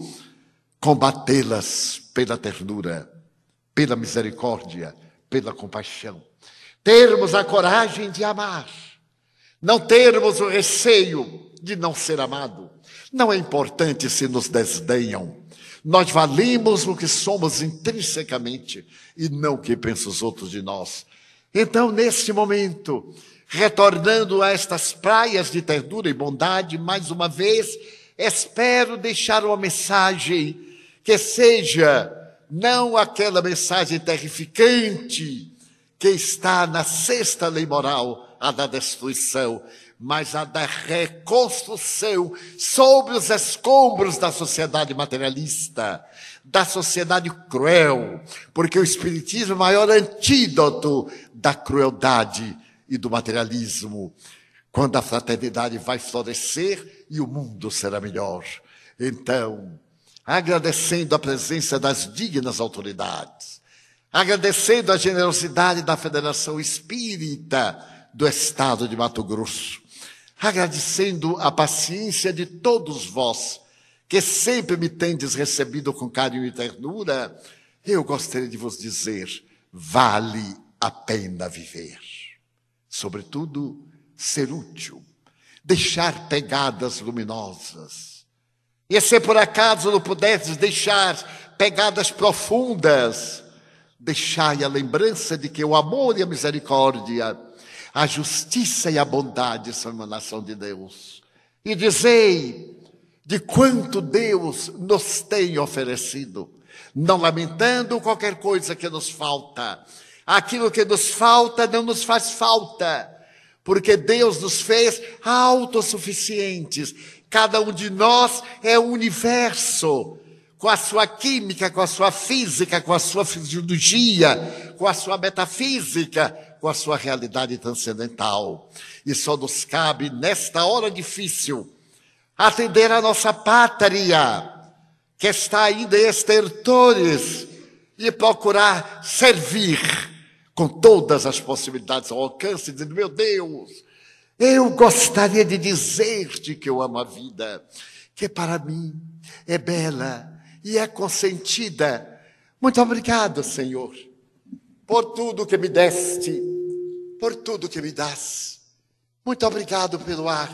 combatê-las pela ternura, pela misericórdia, pela compaixão. Termos a coragem de amar, não termos o receio de não ser amado. Não é importante se nos desdenham. Nós valemos o que somos intrinsecamente e não o que pensam os outros de nós. Então, neste momento, retornando a estas praias de ternura e bondade, mais uma vez, espero deixar uma mensagem que seja não aquela mensagem terrificante que está na sexta lei moral, a da destruição, mas a da reconstrução sobre os escombros da sociedade materialista, da sociedade cruel, porque o Espiritismo é o maior antídoto da crueldade e do materialismo, quando a fraternidade vai florescer e o mundo será melhor. Então, agradecendo a presença das dignas autoridades, agradecendo a generosidade da Federação Espírita do Estado de Mato Grosso, agradecendo a paciência de todos vós, que sempre me tendes recebido com carinho e ternura, eu gostaria de vos dizer: vale a pena viver. Sobretudo, ser útil, deixar pegadas luminosas. E se por acaso não puderdes deixar pegadas profundas, deixai a lembrança de que o amor e a misericórdia, a justiça e a bondade são emanação de Deus. E dizei de quanto Deus nos tem oferecido, não lamentando qualquer coisa que nos falta. Aquilo que nos falta não nos faz falta, porque Deus nos fez autossuficientes. Cada um de nós é um universo, com a sua química, com a sua física, com a sua fisiologia, com a sua metafísica, com a sua realidade transcendental. E só nos cabe, nesta hora difícil, atender a nossa pátria, que está ainda em estertores, e procurar servir com todas as possibilidades ao alcance, dizendo: meu Deus, eu gostaria de dizer-te que eu amo a vida, que para mim é bela e é consentida. Muito obrigado, Senhor, por tudo que me deste, por tudo que me dás. Muito obrigado pelo ar,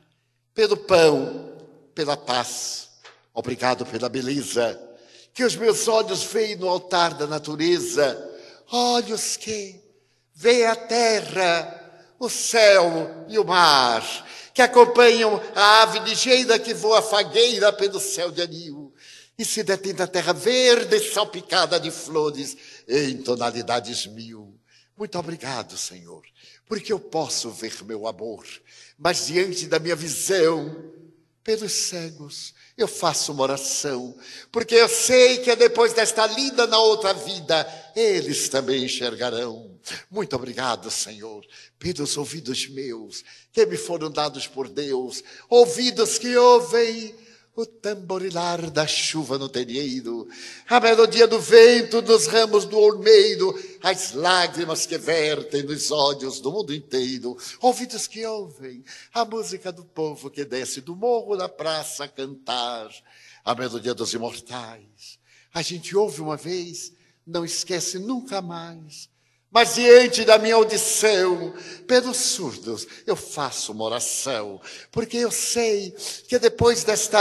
pelo pão, pela paz. Obrigado pela beleza que os meus olhos veem no altar da natureza. Olhos que veem a terra, o céu e o mar, que acompanham a ave ligeira que voa fagueira pelo céu de anil e se detém na terra verde salpicada de flores em tonalidades mil. Muito obrigado, Senhor, porque eu posso ver meu amor, mas diante da minha visão, pelos cegos, eu faço uma oração, porque eu sei que depois desta lida na outra vida, eles também enxergarão. Muito obrigado, Senhor, pelos ouvidos meus, que me foram dados por Deus, ouvidos que ouvem o tamborilar da chuva no terreiro, a melodia do vento dos ramos do olmeiro, as lágrimas que vertem nos olhos do mundo inteiro, ouvidos que ouvem a música do povo que desce do morro na praça a cantar, a melodia dos imortais. A gente ouve uma vez, não esquece nunca mais. Mas diante da minha audição, pelos surdos, eu faço uma oração, porque eu sei que depois desta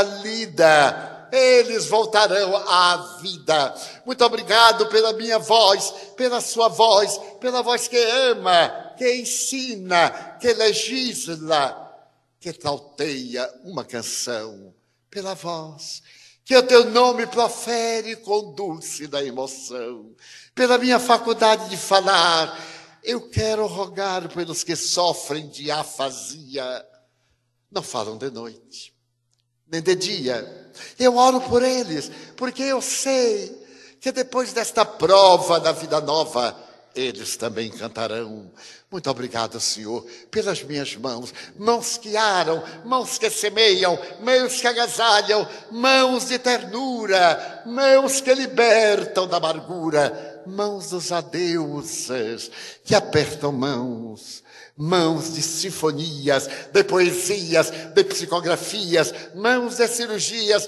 lida, eles voltarão à vida. Muito obrigado pela minha voz, pela sua voz, pela voz que ama, que ensina, que legisla, que trauteia uma canção, pela voz que o teu nome profere com dulce da emoção, pela minha faculdade de falar. Eu quero rogar pelos que sofrem de afasia, não falam de noite, nem de dia. Eu oro por eles, porque eu sei que depois desta prova da vida nova, eles também cantarão. Muito obrigado, Senhor, pelas minhas mãos, mãos que aram, mãos que semeiam, mãos que agasalham, mãos de ternura, mãos que libertam da amargura, mãos dos adeuses que apertam mãos, mãos de sinfonias, de poesias, de psicografias, mãos de cirurgias,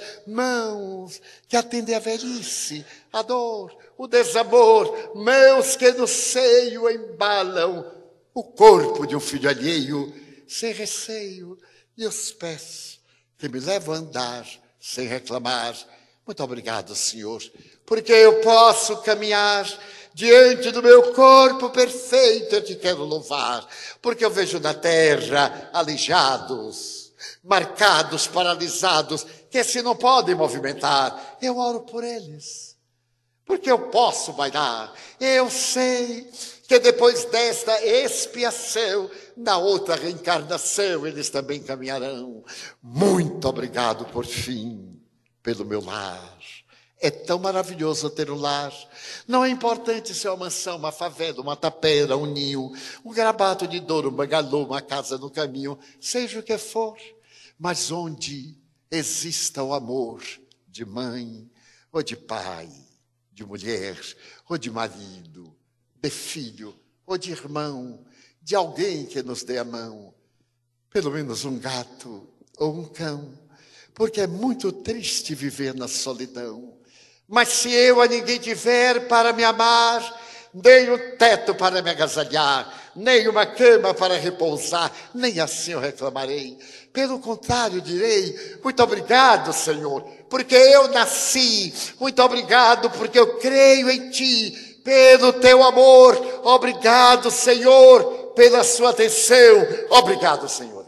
mãos que atendem a velhice, a dor, o desamor, mãos que no seio embalam o corpo de um filho alheio, sem receio, e os pés que me levam a andar sem reclamar. Muito obrigado, Senhor, porque eu posso caminhar diante do meu corpo perfeito. Eu te quero louvar, porque eu vejo na terra aleijados, marcados, paralisados, que se não podem movimentar. Eu oro por eles, porque eu posso bailar. Eu sei que depois desta expiação, na outra reencarnação, eles também caminharão. Muito obrigado, por fim, pelo meu lar. É tão maravilhoso ter um lar. Não é importante se é uma mansão, uma favela, uma tapera, um ninho, um gravato de dor, um bangalô, uma casa no caminho, seja o que for, mas onde exista o amor de mãe ou de pai, de mulher ou de marido, de filho ou de irmão, de alguém que nos dê a mão, pelo menos um gato ou um cão, porque é muito triste viver na solidão. Mas se eu a ninguém tiver para me amar, nem um teto para me agasalhar, nem uma cama para repousar, nem assim eu reclamarei. Pelo contrário, direi: muito obrigado, Senhor, porque eu nasci. Muito obrigado, porque eu creio em Ti. Pelo Teu amor, obrigado, Senhor, pela Sua atenção. Obrigado, Senhor.